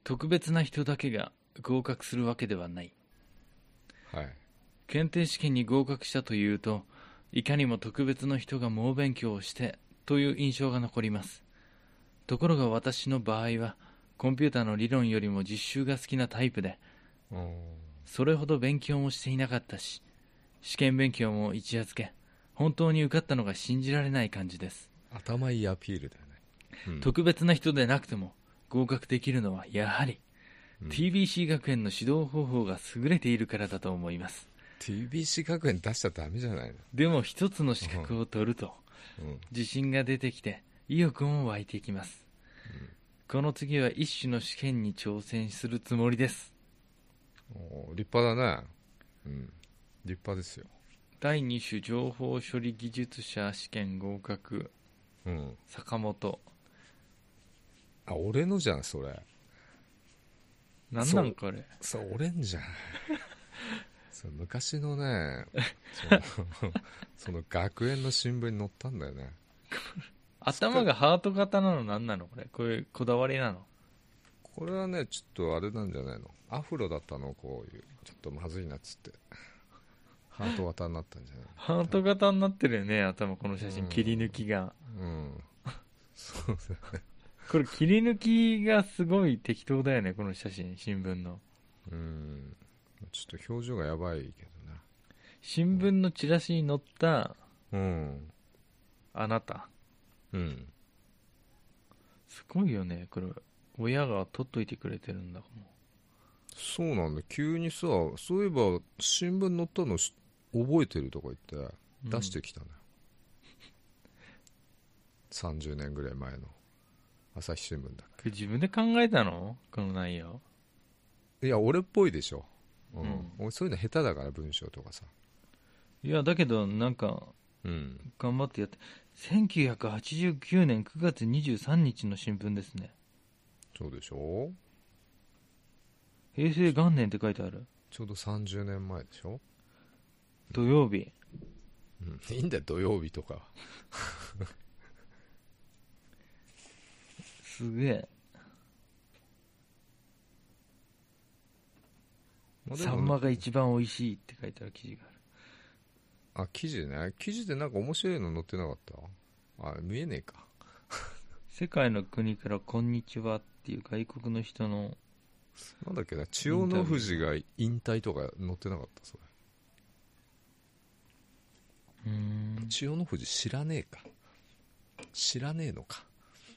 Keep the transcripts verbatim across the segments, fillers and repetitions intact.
特別な人だけが合格するわけではない。 はい。 検定試験に合格したというと、いかにも特別の人が猛勉強をしてという印象が残ります。ところが私の場合は、コンピューターの理論よりも実習が好きなタイプで、それほど勉強もしていなかったし、試験勉強も一夜漬け、本当に受かったのが信じられない感じです。 頭いいアピールだよね。うん、 特別な人でなくても合格できるのはやはり、うん、ティービーシー 学園の指導方法が優れているからだと思います。 ティービーシー 学園出しちゃダメじゃないの。 でも一つの資格を取ると、うん、自信が出てきて意欲も湧いてきます。うん、この次は一種の試験に挑戦するつもりです。 お立派だね。うん、立派ですよ。 だいに種情報処理技術者試験合格、うん、坂本。 あ、俺のじゃんそれ。 なんなんこれ。 そう、俺んじゃん。そう昔のねそのその学園の新聞に載ったんだよね。 頭がハート型なのなんなのこれ。こういうこだわりなの。 これはねちょっとあれなんじゃないの。アフロだったのこういうちょっとまずいなっつってハート型になったんじゃない。 ハート型になってるよね頭。この写真、うん、切り抜きが、 うん、そうだね。 これ切り抜きがすごい適当だよねこの写真。新聞のうん、ちょっと表情がやばいけどね。 新聞のチラシに載った、 うん、 あなた、 うん、 すごいよねこれ。親が撮っといてくれてるんだもん。 そうなんだ。急にさ、そういえば新聞載ったの覚えてるとか言って出してきたのよ、うん、さんじゅうねんぐらい前の朝日新聞だっけ。 自分で考えたのこの内容。 いや俺っぽいでしょ、うんうん、俺そういうの下手だから文章とかさ。 いやだけどなんか、うん、頑張ってやって。せんきゅうひゃくはちじゅうきゅうねんくがつにじゅうさんにちの新聞ですね。 そうでしょ。 平成元年って書いてある。 ちょうどさんじゅうねんまえでしょ。 土曜日、 うん、いいんだよ土曜日とかすげえ。サンマが一番美味しいって書いてある記事がある。 あ、記事ね。記事でなんか面白いの載ってなかった？あ、見えねえか世界の国からこんにちはっていう外国の人のなんだっけな、千代の富士が引退とか載ってなかった？それ。 うーん、 千代の富士知らねえか。知らねえのか。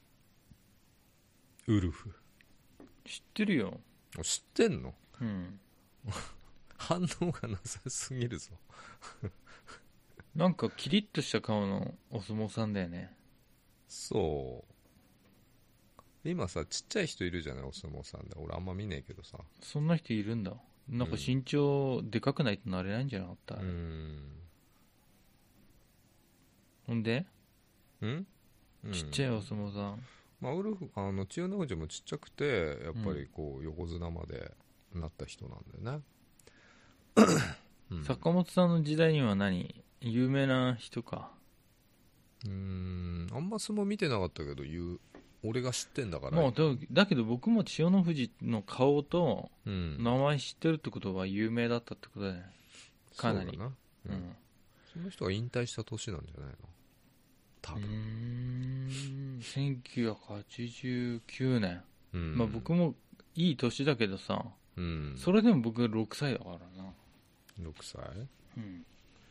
ウルフ知ってるよ。 知ってんの？ うん反応がなさすぎるぞなんかキリッとした顔のお相撲さんだよね。 そう今さちっちゃい人いるじゃないお相撲さんで。俺あんま見ねえけどさ。 そんな人いるんだ。なんか身長でかくないとなれないんじゃなかった？ うーん。 ほんでん、うん、 ちっちゃいお相撲さん。 まあ、ウルフあの千代の富士もちっちゃくてやっぱりこう横綱までなった人なんだよね、 うん、坂本さんの時代には何有名な人か。 うーんあんま相撲見てなかったけど言う俺が知ってんだから。 もう だ, だけど僕も千代の富士の顔と名前知ってるってことは有名だったってことだよね、うん、かなり。そうだな、うんうん、 その人が引退した年なんじゃないの多分。うーんせんきゅうひゃくはちじゅうきゅうねん、うん、まあ僕もいい年だけどさ、うん、それでも僕ろくさいだからな。 ろくさい、 うん、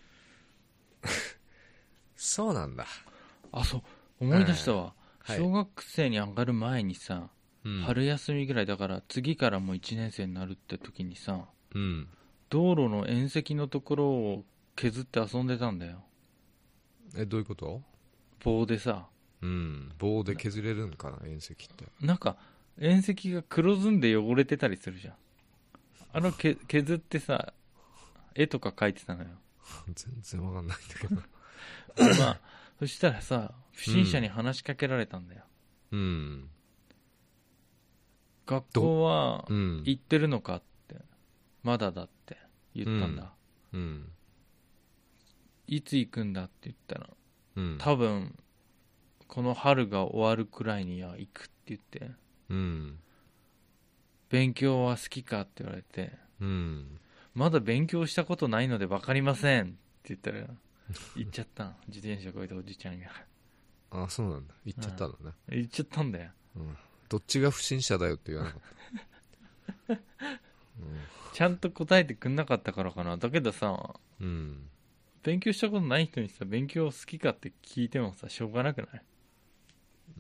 そうなんだ。 あ、そう思い出したわ、はい、小学生に上がる前にさ、うん、春休みぐらいだから次からもういちねん生になるって時にさ、うん、道路の縁石のところを削って遊んでたんだよ。 え、どういうこと？ 棒でさ、 うん、棒で削れるんかな縁石って。 なんか縁石が黒ずんで汚れてたりするじゃん。あのけ削ってさ絵とか描いてたのよ全然わかんないんだけどまあそしたらさ不審者に話しかけられたんだよ、うん、学校は行ってるのかって、まだだって言ったんだ、うんうん、いつ行くんだって言ったら、うん、多分この春が終わるくらいには行くって言って、うん、 勉強は好きかって言われて、 うんまだ勉強したことないので分かりませんって言ったら言っちゃったん自転車こいたおじちゃんが。 あ、そうなんだ、言っちゃったのね、 言っちゃったんだよ。 うん、どっちが不審者だよって言わなかった、 ちゃんと答えてくんなかったからかな。だけどさ、 うん、うん、 勉強したことない人にさ、勉強好きかって聞いてもさ、しょうがなくない？ うん、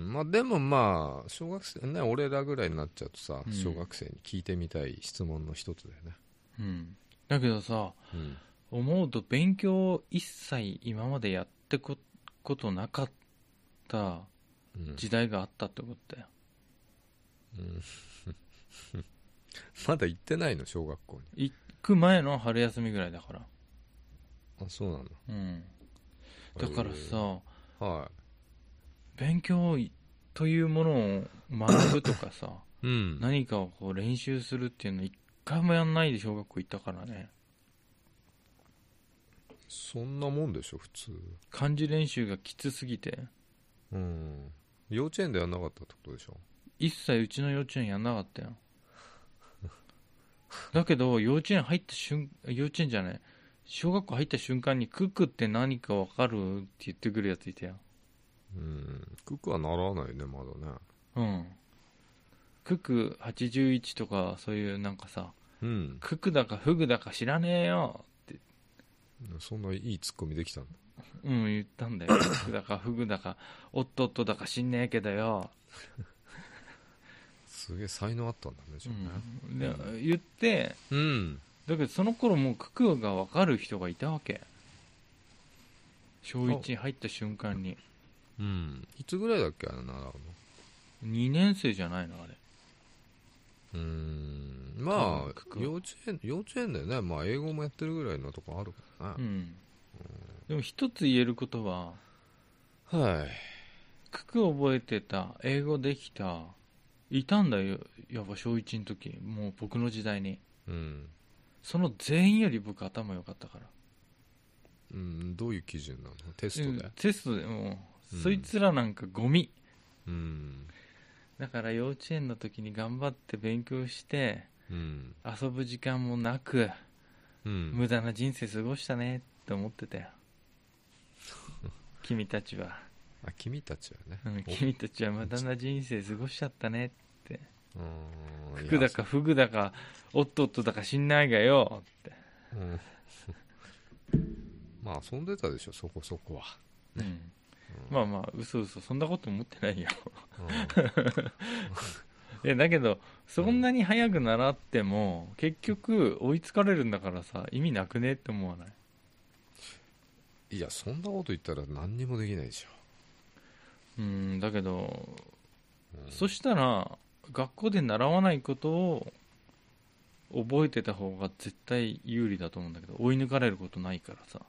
まあでもまあ小学生ね、俺らぐらいになっちゃうとさ、 うん小学生に聞いてみたい質問の一つだよね。 うん。だけどさ、 うん思うと勉強一切今までやってこことなかったうん時代があったってことだよ。 うん、まだ行ってないの小学校に？ 行く前の春休みぐらいだから。 あ、そうなの。 うん。だからさ、 は勉強というものを学ぶとかさ、 い、うん、 何かをこう練習するっていうの一回もやんないで小学校行ったからね。 そんなもんでしょ普通。 漢字練習がきつすぎて、 うん、幼稚園でやんなかったってことでしょ？ 一切うちの幼稚園やんなかったよ。だけど幼稚園入った瞬幼稚園じゃない小学校入った瞬間にククって何か分かるって言ってくるやついたよ。 うん、クックは習わないねまだね。 うん。ククはちじゅういちとかそういうなんかさ、 うん、 ククだかフグだか知らねえよってそんないいツッコミできたんだ。 うん言ったんだよ。ククだかフグだかおっとっとだか知んねえけどよ。 すげえ才能あったんだねじゃあね。 うん、で言ってうん、 だけどその頃もうククが分かる人がいたわけ。小いちに入った瞬間に。 うん、いつぐらいだっけあれ習うの？ にねん生じゃないのあれ。 うーん、まあクク幼稚園幼稚園だよね。まあ英語もやってるぐらいのとこあるからね。 うんでも一つ言えることは、 はい。 クク覚えてた、英語できた、いたんだよ、やっぱ小いちの時、もう僕の時代に。 うん、 その全員より僕頭良かったから。 うん、どういう基準なの？テストで？ うんテストでもう、 うんそいつらなんかゴミ。 うん、 だから幼稚園の時に頑張って勉強して、 うん、 遊ぶ時間もなく、 うん、 無駄な人生過ごしたねって思ってたよ。君たちは。 あ、君たちはね。 うん、君たちは無駄な人生過ごしちゃったねって。 うん、 服だかフグだかおっとっとだか知んないがよって、 うん、まあ遊んでたでしょそこそこは、 うん、まあまあ嘘嘘そんなこと思ってないよ。いやだけどそんなに早く習っても、うん、結局追いつかれるんだからさ意味なくねって思わない？ いやそんなこと言ったら何にもできないでしょ。 うんだけど、 うん、 そしたら学校で習わないことを覚えてた方が絶対有利だと思うんだけど、追い抜かれることないからさ。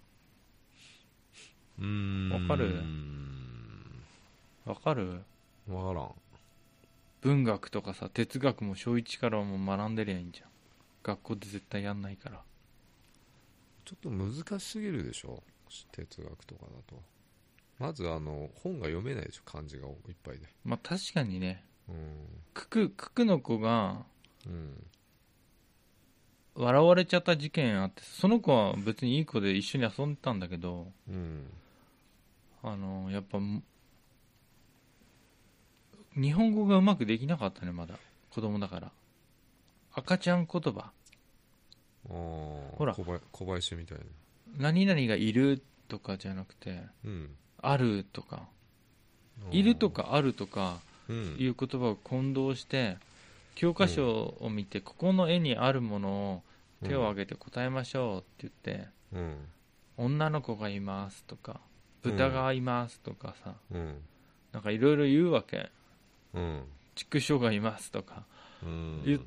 うーん、 わかるわかるわからん。 文学とかさ哲学も小いちからも学んでりゃいいんじゃん。学校で絶対やんないから。 ちょっと難しすぎるでしょ哲学とかだと。まずあの本が読めないでしょ漢字がいっぱいで。 まあ確かにね。 うん、 ククククの子がうん笑われちゃった事件あって、その子は別にいい子で一緒に遊んでたんだけど、 うん、 あのやっぱ日本語がうまくできなかったね。まだ子供だから赤ちゃん言葉。 あほら小林、小林みたいな。 何々がいるとかじゃなくて、 うん、 あるとかいるとかあるとかいう言葉を混同して、教科書を見て、ここの絵にあるものを手を挙げて答えましょうって言って、 うん、 女の子がいますとか豚がいますとかさ、 うん、 なんかいろいろ言うわけ。 うん、 畜生がいますとかうん、 言って、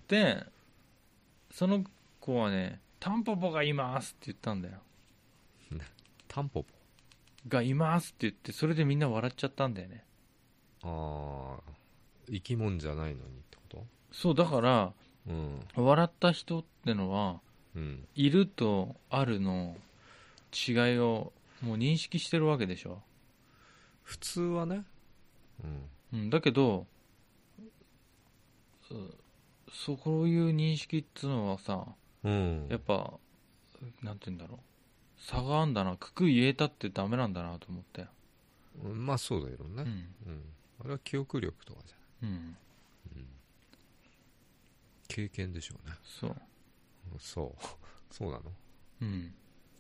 その子はねタンポポがいますって言ったんだよ。 タンポポがいますって言って、それでみんな笑っちゃったんだよね。 ああ生き物じゃないのにってこと？ そうだから、うん、笑った人ってのは、うん、いるとあるの違いをもう認識してるわけでしょ普通はね、 うん、うん、だけどそういう認識っつうのはさ、 うんやっぱなんて言うんだろう、差があんだな、くく言えたってダメなんだなと思ったよ。 まあそうだよね、 うんうん、あれは記憶力とかじゃない、 うん、 うん、経験でしょうね。 そうそうそうなの。 うん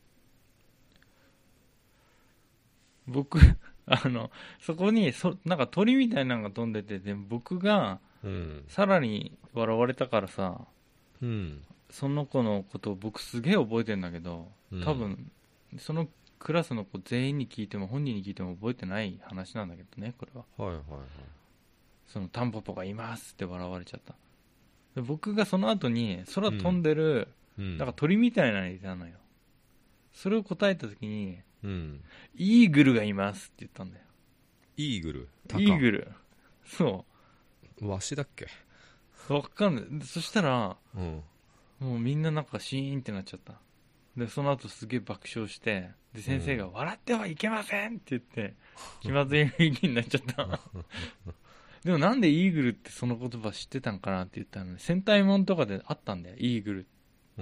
僕あのそこにそなんか鳥みたいなのが飛んでて、で僕がうんさらに笑われたからさ、 うんその子のことを僕すげえ覚えてんだけど、 うん多分そのクラスの子全員に聞いても本人に聞いても覚えてない話なんだけどね、これは。 はいはいはい。 そのタンポポがいますって笑われちゃった。で僕がその後に空飛んでる、 うん、 なんか鳥みたいなのいたのよ。それを答えた時に、 うん、 イーグルがいますって言ったんだよ。 イーグル、 イーグル。そわしだっけ。 う。わかんない。そしたら、 うん、 もうみんななんかシーンってなっちゃった。で、その後すげえ爆笑して、で、先生が、 うん、 笑ってはいけませんって言って、気まずい雰囲気になっちゃった。でもなんでイーグルってその言葉知ってたんかなって言ったら、ね、戦隊もんとかであったんだよ、イーグル。 うん、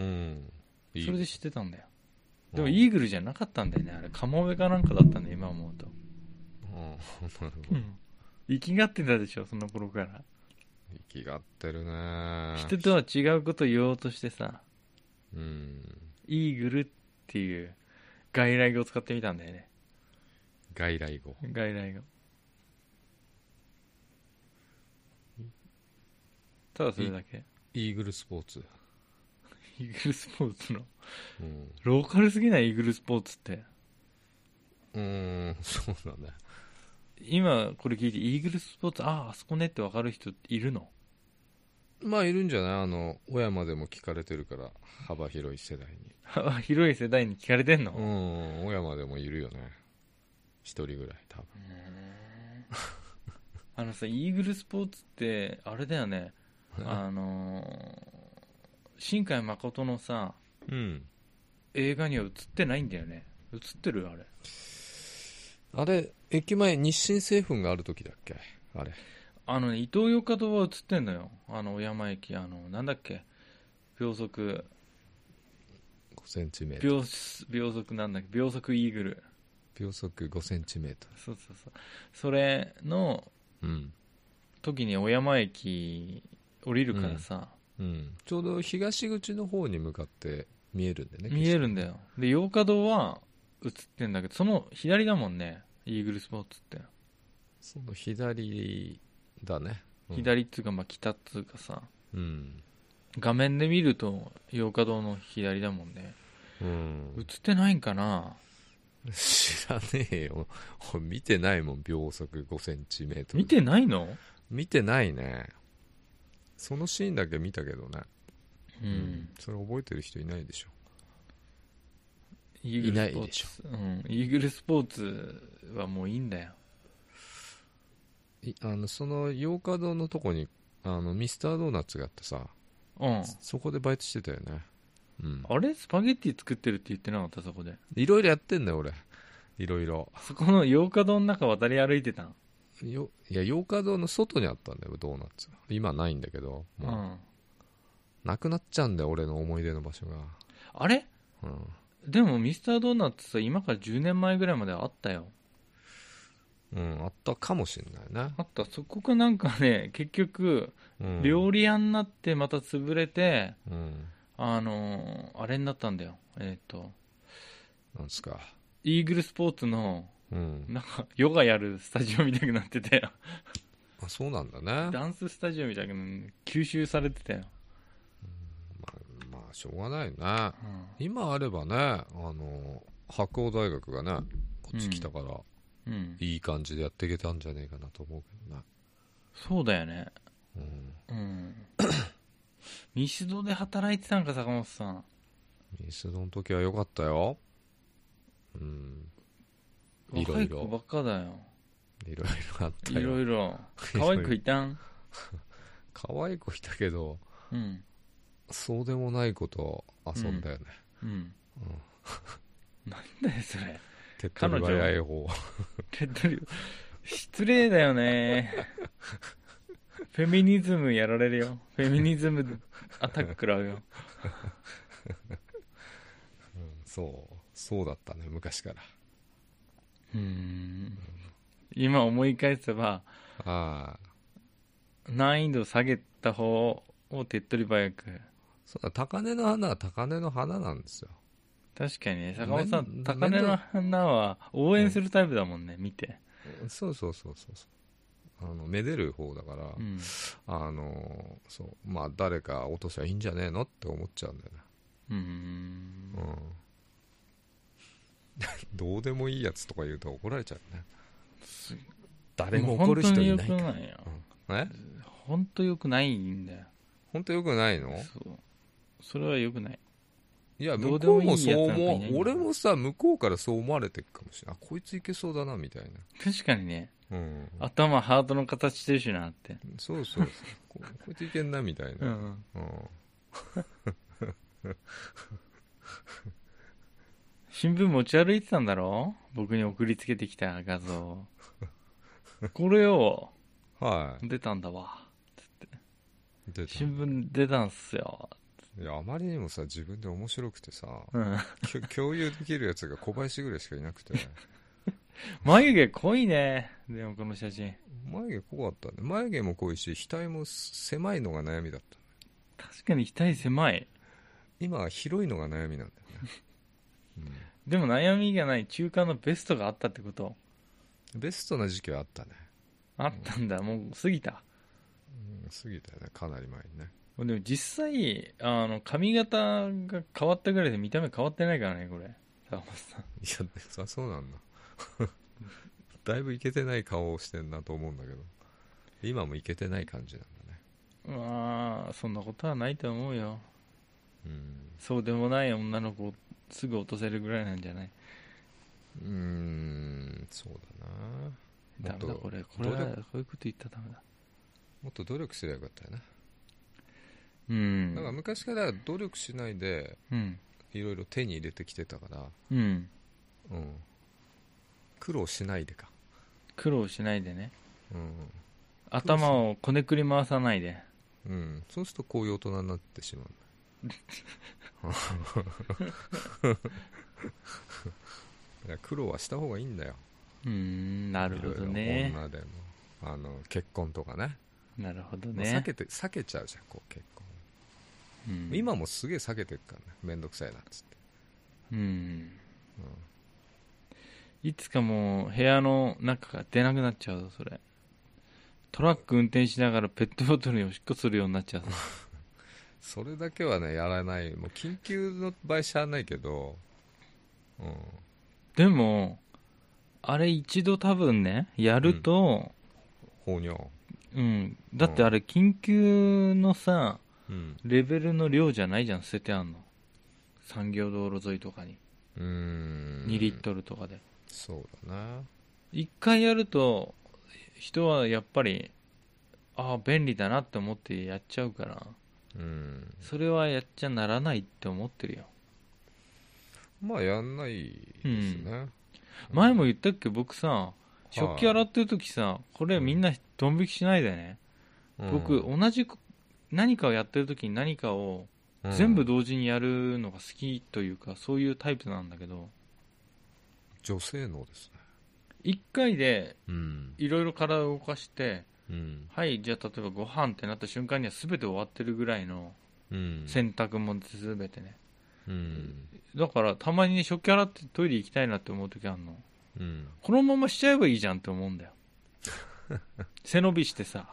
それで知ってたんだよ。 うん、 でもイーグルじゃなかったんだよね、あれ。カモメかなんかだったんだよ、今思うと。 うん、なるほど。 生きがってたでしょ、その頃から。 生きがってるね。 人とは違うこと言おうとしてさ、 うん、 イーグルっていう外来語を使ってみたんだよね。 外来語。 外来語。ただそれだけ。 イーグルスポーツ。 イーグルスポーツの、 うん、 ローカルすぎない？イーグルスポーツって。 うーん、そうだね。 今これ聞いてイーグルスポーツ、ああ、あそこねって分かる人いるの？ まあいるんじゃない。あの小山でも聞かれてるから、幅広い世代に。 広い世代に聞かれてんの？ うん、小山でもいるよね、一人ぐらい多分。 あのさ、イーグルスポーツってあれだよね、あのー、新海誠のさ、 うん、 映画には映ってないんだよね。映ってる？あれあれ駅前日清製粉がある時だっけ、あれ。 あのね、イトーヨーカドーは映ってんのよ。あの小山駅、あのなんだっけ、秒速ごセンチメートル、 秒秒速なんだっけ、秒速イーグル、 秒速ごセンチメートル。 そうそうそう、それのうん、 時に小山駅降りるからさ、 うんうん、ちょうど東口の方に向かって見えるんでね。 見えるんだよ。でヨーカドーは映ってんだけど、その左だもんね、イーグルスポーツって。 その左だね、うん、 左っつうか、まあ北っつうかさ、 うん、 画面で見るとヨーカドーの左だもんね、 うん、 映ってないんかな。 知らねえよ見てないもん、秒速ごセンチメートル。 見てないの？ 見てないね。そのシーンだけ見たけどね、 うん、うん、 それ覚えてる人いないでしょ。 イーグルスポーツ、いないでしょ、うん、イーグルスポーツはもういいんだよ。 いあのそのヨーカドーのとこにあのミスタードーナツがあってさ、 うん、 そこでバイトしてたよね、うん、 あれスパゲッティ作ってるって言ってなかった？そこでいろいろやってんだよ俺、いろいろ。 そこのヨーカドーの中渡り歩いてたん？ よいやヨーカドーの外にあったんだよドーナツ。今ないんだけど、もう、うん、なくなっちゃうんだよ俺の思い出の場所が。 あれ、 うん、 でもミスタードーナツさ、今からじゅうねんまえぐらいまであったよ。 うん、あったかもしれないね。 あった。そこがなんかね、結局、うん、料理屋になってまた潰れて、うん、あのー、あれになったんだよ。えっと、 なんですか、 イーグルスポーツの、うん、なんかヨガやるスタジオみたいになっててあ、そうなんだね。 ダンススタジオみたいなの吸収されてたよ。 うん、まあ、まあ、しょうがないね、うん、今あればね、あの白鴎大学がねこっち来たから、うんうん、いい感じでやっていけたんじゃねえかなと思うけどな。 そうだよね、うんうん、ミスドで働いてたんか坂本さん。 ミスドの時は良かったよ、うん、いろいろ若い子ばっかだよ。 いろいろあったよ。 いろいろ可愛い子いたん？ 可愛い子いたけど、うん、そうでもない子と遊んだよね、うんうんうん、 なんだよそれ。 手っ取り早い方。 手っ取り失礼だよねフェミニズムやられるよ。フェミニズムアタック食らうよ、うん、 そうそうだったね昔から。 うーん、今思い返せばあ難易度下げた方を手っ取り早く。 そうだ、高嶺の花は高嶺の花なんですよ。 確かにね、坂本さん高嶺の花は応援するタイプだもんね、うん、見て。 そうそうそうそうそう、あのめでる方だから、うん、あのそうまあ誰か落としゃいいんじゃねえのって思っちゃうんだよね。うーん、うん、どうでもいいやつとか言うと怒られちゃうね。誰も怒る人いないから。本当に良くないよ、うん、え本当良くないんだよ。 本当良くないの？ そう、それは良くない。 いや向こうもそう思う。俺もさ向こうからそう思われてるかもしれない。あこいついけそうだなみたいな。 確かにね、うん、頭ハートの形してるしなって。 そうそうそうこ, こいついけんなみたいな、うんうん、 新聞持ち歩いてたんだろ、僕に送りつけてきた画像これを、はい、出たんだわつって出た、新聞出たんすよ。 いやあまりにもさ自分で面白くてさ、うん、共有できるやつが小林ぐらいしかいなくて眉毛濃いね。でもこの写真眉毛濃かったね。眉毛も濃いし額も狭いのが悩みだった。 確かに額狭い。 今は広いのが悩みなんだよね、 うん、でも悩みがない中間のベストがあったってこと。 ベストな時期はあったね。 あったんだ、うん、もう過ぎた、 うん、過ぎたよね、かなり前にね。 でも実際あの髪型が変わったぐらいで見た目変わってないからねこれ坂本さん。 いやさそうなんだだいぶイケてない顔をしてんなと思うんだけど今もイケてない感じなんだね。 まあそんなことはないと思うよ、うん、そうでもない女の子をすぐ落とせるぐらいなんじゃない。 うーんそうだな。 ダメだこれこれはこういうこと言ったらダメだ。 もっと努力すればよかったよね。 うん、 だから昔から努力しないで、うん、いろいろ手に入れてきてたから、うんうん、苦労しないでか。 苦労しないでね、うん、頭をこねくり回さないで、 うん、そうするとこういう大人になってしまういや苦労はした方がいいんだよ。 うーんなるほどね。 女でもあの結婚とかね。 なるほどね。 避けて避けちゃうじゃんこう結婚、うん、今もすげえ避けてるからねめんどくさいなっつって、うん、うん、 いつかもう部屋の中から出なくなっちゃうぞそれ。トラック運転しながらペットボトルにおしっこするようになっちゃうぞそれだけはねやらない。もう緊急の場合しゃあないけど、 うん、でもあれ一度多分ねやると、 うん、放尿、 うん、だってあれ緊急のさ、うん、レベルの量じゃないじゃん捨ててあんの産業道路沿いとかに。うーんにリットルとかで。 そうだな。 一回やると人はやっぱりああ便利だなって思ってやっちゃうから、うん、それはやっちゃならないって思ってるよ。 まあやんないですね、うん、 前も言ったっけ僕さ食器洗ってる時さこれみんなドン引きしないでね、うん、僕同じ何かをやってる時に何かを全部同時にやるのが好きというか、うん、そういうタイプなんだけど。 女性能ですね。 一回でいろいろ体を動かして、うん、はいじゃあ例えばご飯ってなった瞬間には全て終わってるぐらいの、うん、洗濯も全てね、うん、だからたまにね食器洗ってトイレ行きたいなって思う時あるの、うん、このまましちゃえばいいじゃんって思うんだよ背伸びしてさ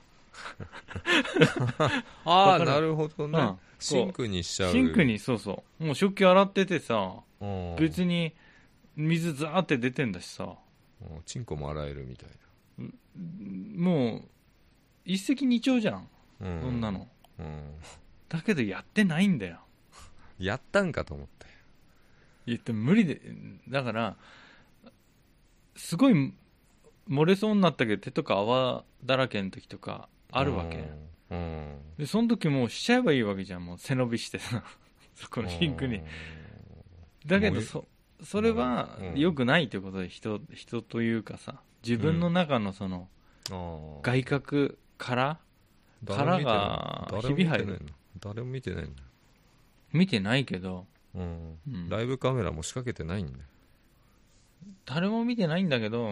ああなるほどね、うん、シンクにしちゃう。 シンクにそうそうもう食器洗っててさ別に水ザーって出てんだしさチンコも洗えるみたいな。 もう一石二鳥じゃん、うん、そんなの、うん、だけどやってないんだよ。 やったんかと思って言って無理で。だからすごい漏れそうになったけど手とか泡だらけの時とかあるわけ、うんうん、でその時もうしちゃえばいいわけじゃん。もう背伸びしてさそこのシンクに。だけどそそれは良くないということで 人, 人というかさ自分の中のその外角から殻がひび入る。 誰も見てないんだ。 見てないけど、 うんうん、ライブカメラも仕掛けてないんだよ。 誰も見てないんだけど、うん、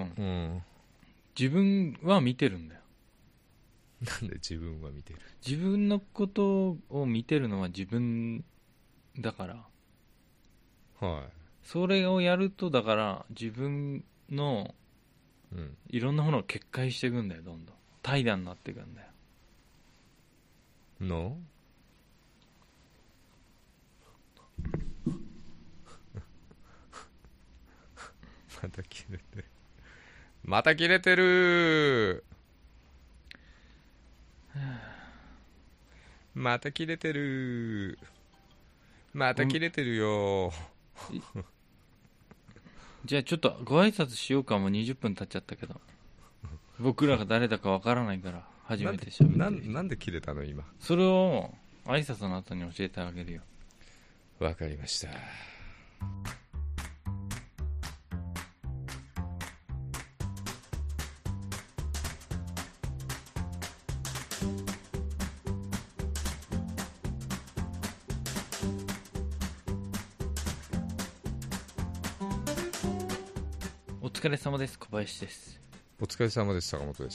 自分は見てるんだよ。 なんで自分は見てる？ 自分のことを見てるのは自分だから。 はい。 それをやると、だから自分のいろんなものを決壊していくんだよ、どんどん怠惰になっていくんだよ。 のまた切れてる。また切れてる。また切れてる。また切れてるよ。 じゃあちょっとご挨拶しようか。もうにじゅっぷん経っちゃったけど、僕らが誰だかわからないから初めてしゃべってる。 な ん, な, なんで切れたの今？ それを挨拶の後に教えてあげるよ。 わかりました。 お疲れ様です。小林です。 お疲れ様です。坂本です。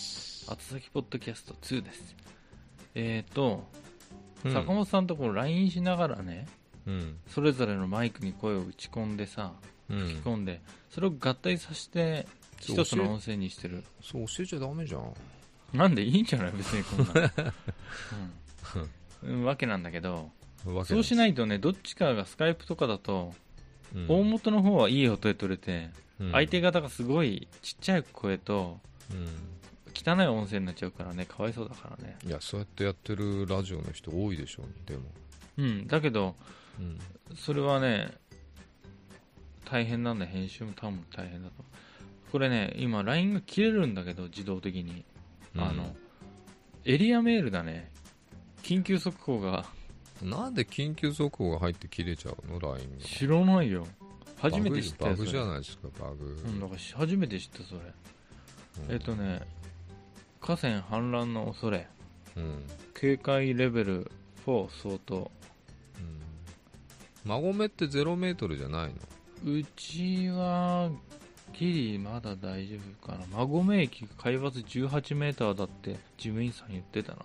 後先ポッドキャストツーです。えーと、うん、坂本さんところ ライン しながらね、うん、それぞれのマイクに声を打ち込んでさ、うん、吹き込んで、それを合体させて一つの音声にしてる。 そう教えちゃダメじゃん。 なんで？いいんじゃない別にこんな、うん、わけなんだけど、そうしないとね、どっちかがスカイプとかだと、うん、大元の方はいい音で取れて、うん、相手方がすごいちっちゃい声と、うん、汚い音声になっちゃうからね、かわいそうだからね。 いや、そうやってやってるラジオの人多いでしょうね。でもうんだけど、うん、それはね大変なんだ。編集も多分大変だと。これね、今 ライン が切れるんだけど自動的に、うん、あのエリアメールだね。緊急速報が。 なんで緊急速報が入って切れちゃうの？ ライン が。 知らないよ。初めて知ったよ。 バグじゃないですか、バグ。 うん、だから初めて知ったそれ、うん、えっとね、河川氾濫の恐れ、うん、警戒レベルよん相当、 うん、馬込ってゼロメートルじゃないの？ うちはギリまだ大丈夫かな。馬込駅海抜じゅうはちメーターだって事務員さん言ってたな。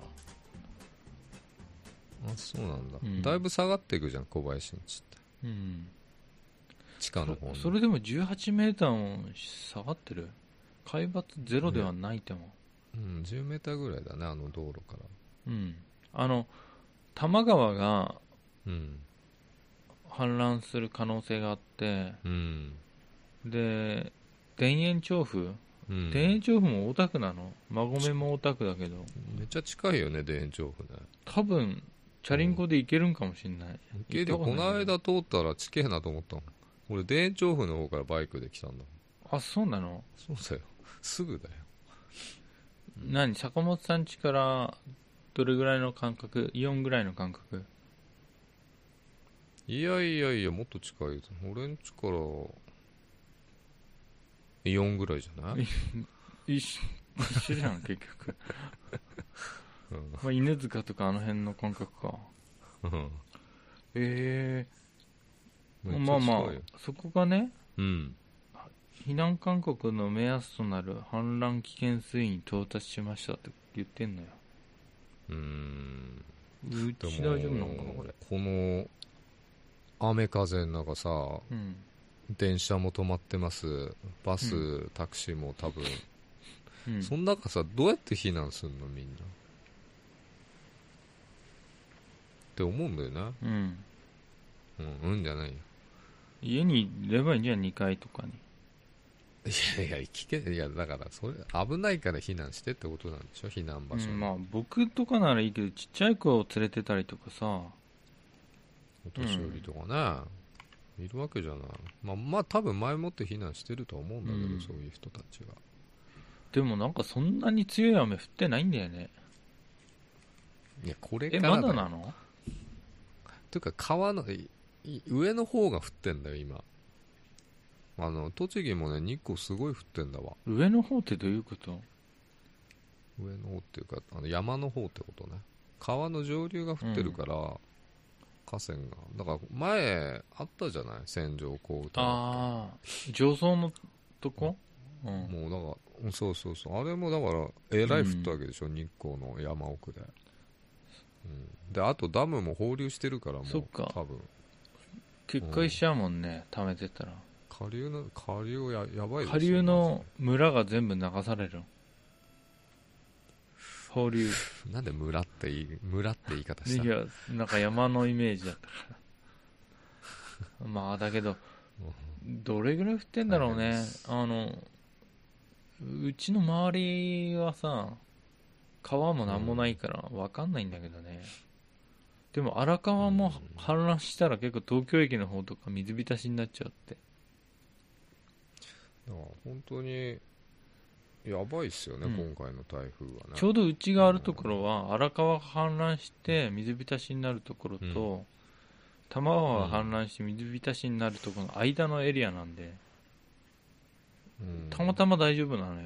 あ、そうなんだ、うん、だいぶ下がっていくじゃん小林んちって。うん、地下の方に。 そ, それでもじゅうはちメーターも下がってる。海抜ゼロではないと思う、 ね、うん、じゅうメーターぐらいだね、あの道路から。 うん、あの多摩川が氾濫する可能性があって、うん、で田園調布、うん、田園調布も大田区なの。馬込も大田区だけどめっちゃ近いよね田園調布ね。 多分チャリンコで行けるんかもしんない。 行けるよ。この間通ったらちけえなと思ったもん。俺田園調布の方からバイクで来たんだ。 あ、そうなの？ そうだよ、すぐだよ。 何、坂本さん家からどれぐらいの間隔？イオンぐらいの間隔？ いやいやいや、もっと近い。俺ん家からイオンぐらいじゃない？ 一緒じゃん結局、うん、まあ、犬塚とかあの辺の感覚か、うん、えー、まあまあそこがね、うん、避難勧告の目安となる氾濫危険水位に到達しましたって言ってんのよ。うーん、うち大丈夫なのかなこれ。 この雨風の中さ、うん、電車も止まってます、バス、うん、タクシーも多分、うん、その中さどうやって避難するのみんなって思うんだよね。うん、うん、うんじゃないよ。 家にいればいいんじゃん、にかいとかに。 いやいや危険、いやだからそれ危ないから避難してってことなんでしょ、避難場所、 うん、まあ僕とかならいいけどちっちゃい子を連れてたりとかさ、 お年寄りとかね、うん、いるわけじゃない。まあまあ多分前もって避難してるとは思うんだけど、うん、そういう人たちが。 でもなんかそんなに強い雨降ってないんだよね。 いやこれからだよ。 えまだなの？ というか川の上の方が降ってんだよ今。あの栃木もね日光すごい降ってんだわ。 上の方ってどういうこと？ 上の方っていうかあの山の方ってことね。川の上流が降ってるから、うん、河川がだから前あったじゃない、線状降雨帯。 ああ上層のとこ、 うん、もうだからそうそうそう、あれもだからえらい降ったわけでしょ、うん、日光の山奥で、うん、であとダムも放流してるからもうそっか多分決壊しちゃうもんね、うん、溜めてたら下流の下流 や, やばいですよ、 下流の村が全部流される放流なんで村っていい村って言い方したいやなんか山のイメージだったからまあだけどどれぐらい降ってんだろうね。あのうちの周りはさ川もなんもないから分かんないんだけどね、うん、でも荒川も氾濫したら結構東京駅の方とか水浸しになっちゃって、 だから本当にやばいっすよね、うん、今回の台風はね。 ちょうどうちがあるところは荒川が氾濫して水浸しになるところと、うん、多摩川が氾濫して水浸しになるところの間のエリアなんで、うん、たまたま大丈夫なのよ。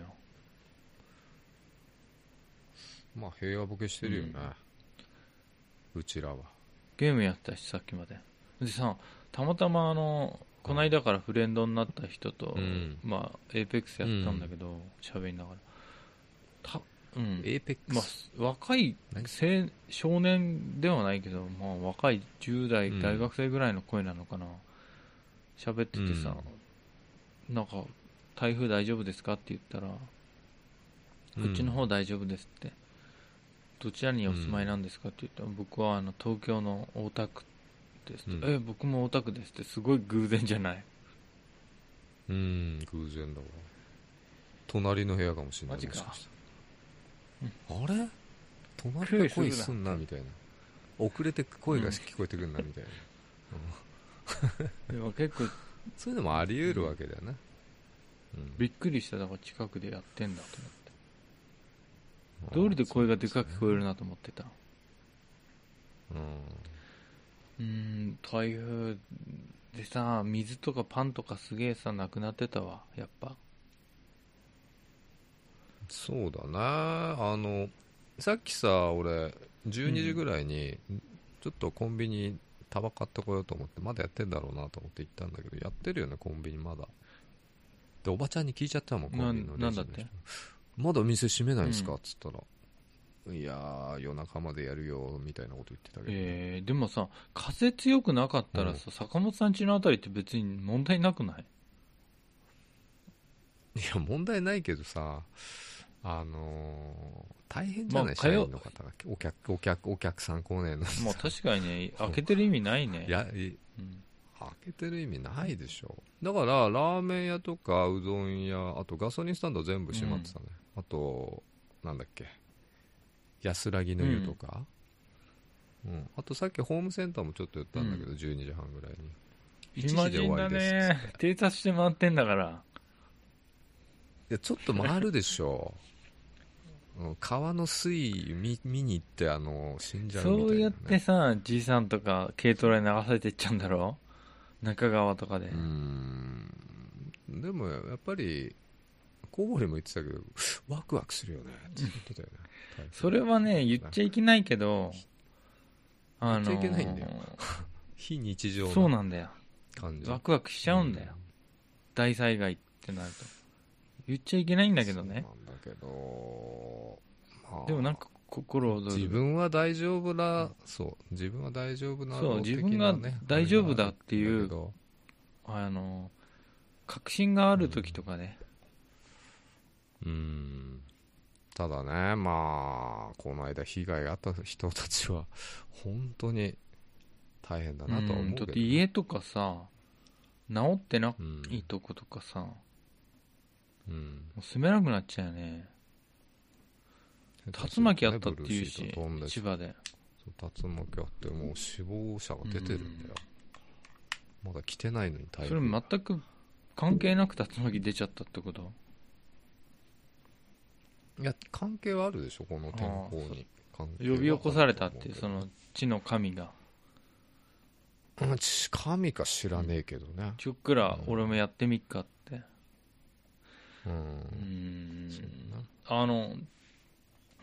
まあ平和ボケしてるよね、うん、うちらはゲームやったしさっきまででさ、たまたまあのこないだからフレンドになった人と、うん、まあエーペックスやったんだけど喋、うん、りながらた、うん、 エーペックス、 まあ、若い青少年ではないけど、まあ、若いじゅう代、うん、大学生ぐらいの声なのかな、喋っててさ、うん、なんか台風大丈夫ですかって言ったら、うん、こっちの方大丈夫ですって、どちらにお住まいなんですかって言ったら、うん、僕はあの東京の大田区ですって、うん、え僕も大田区ですって、すごい偶然じゃない？ うん、偶然だわ。隣の部屋かもしれない。 マジか。 うん、あれ隣で声すんなみたいな、遅れて声が聞こえてくるなみたいな、うん、 でも結構そういうのもあり得るわけだよね、 うんうん、びっくりした。だから近くでやってんだと思って、通りで声がでかく聞こえるなと思ってた。うん、うーん台風でさ、水とかパンとかすげえさなくなってたわ、やっぱ。 そうだな、あのさっきさ俺じゅうにじぐらいにちょっとコンビニタバコ買ってこようと思って、まだやってんだろうなと思って行ったんだけど、やってるよねコンビニまだで、おばちゃんに聞いちゃったもん、コンビニのレジの人。なんだってまだ店閉めないんですかっつったら、うん、いやー夜中までやるよみたいなこと言ってたけど、 えー、でもさ風強くなかったらさ、うん、坂本さん家のあたりって別に問題なくない？ いや問題ないけどさ、あのー、大変じゃない、まあ、社員の方がお客お客お客さん来ねえの。 まあ確かにね開けてる意味ないね。 いや、うん、開けてる意味ないでしょ。だからラーメン屋とかうどん屋、あとガソリンスタンド全部閉まってたね、うん、あとなんだっけ安らぎの湯とか、うんうん、あとさっきホームセンターもちょっと言ったんだけど、うん、じゅうにじはんぐらいにいちじで終わりですっつって。 暇人だね、偵察して回ってんだから。 いやちょっと回るでしょ川の水位 見, 見に行ってあの死んじゃうみたいな、ね、 そうやってさじいさんとか軽トラに流されていっちゃうんだろ、中川とかで。うーんでもやっぱりコウモリも言ってたけどワクワクするよねって言ってたよねそれはね言っちゃいけないけど、 あのー、言っちゃいけないんだよ非日常のそうなんだよ、ワクワクしちゃうんだよ、うん、大災害ってなると言っちゃいけないんだけどね。 そうなんだけど、まあ、 でもなんか心躍る。 自分は大丈夫な、うん、そう自分は大丈夫な、ね、 そう自分が大丈夫だっていうあの確信がある時とかね、 うん、うんただね、まあこの間被害があった人たちは本当に大変だなとは思うけど、ね、 だって家とかさ治ってないとことかさ、うん、もう住めなくなっちゃうよね。竜巻あったっていうし、千葉で竜巻あってもう死亡者が出てるんだよ、うん、まだ来てないのに台風。 それ全く関係なく竜巻出ちゃったってこと？ いや関係はあるでしょ、この天候に。 呼び起こされたっていうその地の神が。 神か知らねえけどね、 ちょっくら俺もやってみっかって。うん、うんあの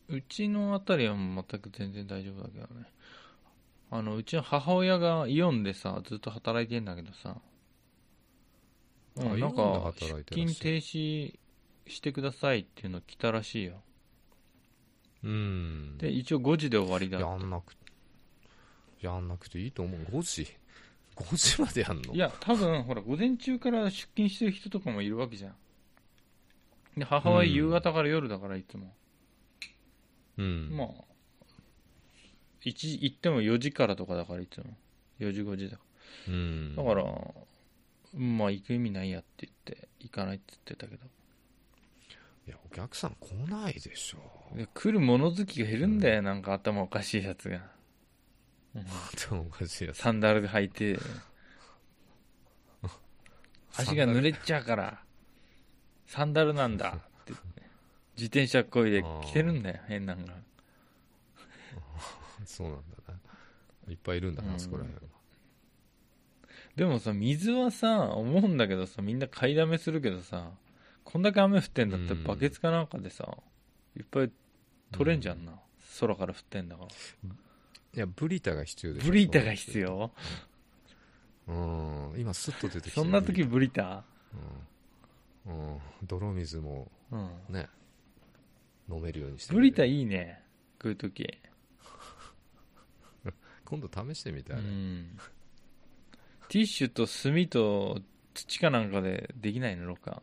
うちのあたりは全く全然大丈夫だけどね。あのうちの母親がイオンでさずっと働いてんだけどさ、うん、なんか出勤停止してくださいっていうの来たらしいよ。 うん。 で一応ごじで終わりだって。 やんなくやんなくていいと思う。ごじごじまでやんの？ いや多分ほら午前中から出勤してる人とかもいるわけじゃん。で母親夕方から夜だからいつも、 うん、 まあいち行ってもよじからとかだからいつもよじごじだから、うん、だからまあ行く意味ないやって言って行かないって言ってたけど、 いやお客さん来ないでしょ。 来る物好きが減るんだよ、うん、なんか頭おかしいやつが、 頭おかしいやつ、 サンダルで履いて足が濡れちゃうからサンダルなんだって自転車こいで来てるんだよ変なのが。 そうなんだね。いっぱいいるんだな、うん、そこら辺は。 でもさ水はさ思うんだけどさ、みんな買いだめするけどさ、こんだけ雨降ってんだってバケツかなんかでさ、いっぱい取れんじゃんな、うん、空から降ってんだから。 いやブリタが必要でしょ。 ブリタが必要。 うん、今スッと出てきてそんな時ブリタ、 うん、うん、泥水もね、うん、飲めるようにして。 ブリタいいね、こういう時今度試してみたい、うん、 ティッシュと炭と土かなんかでできないのか。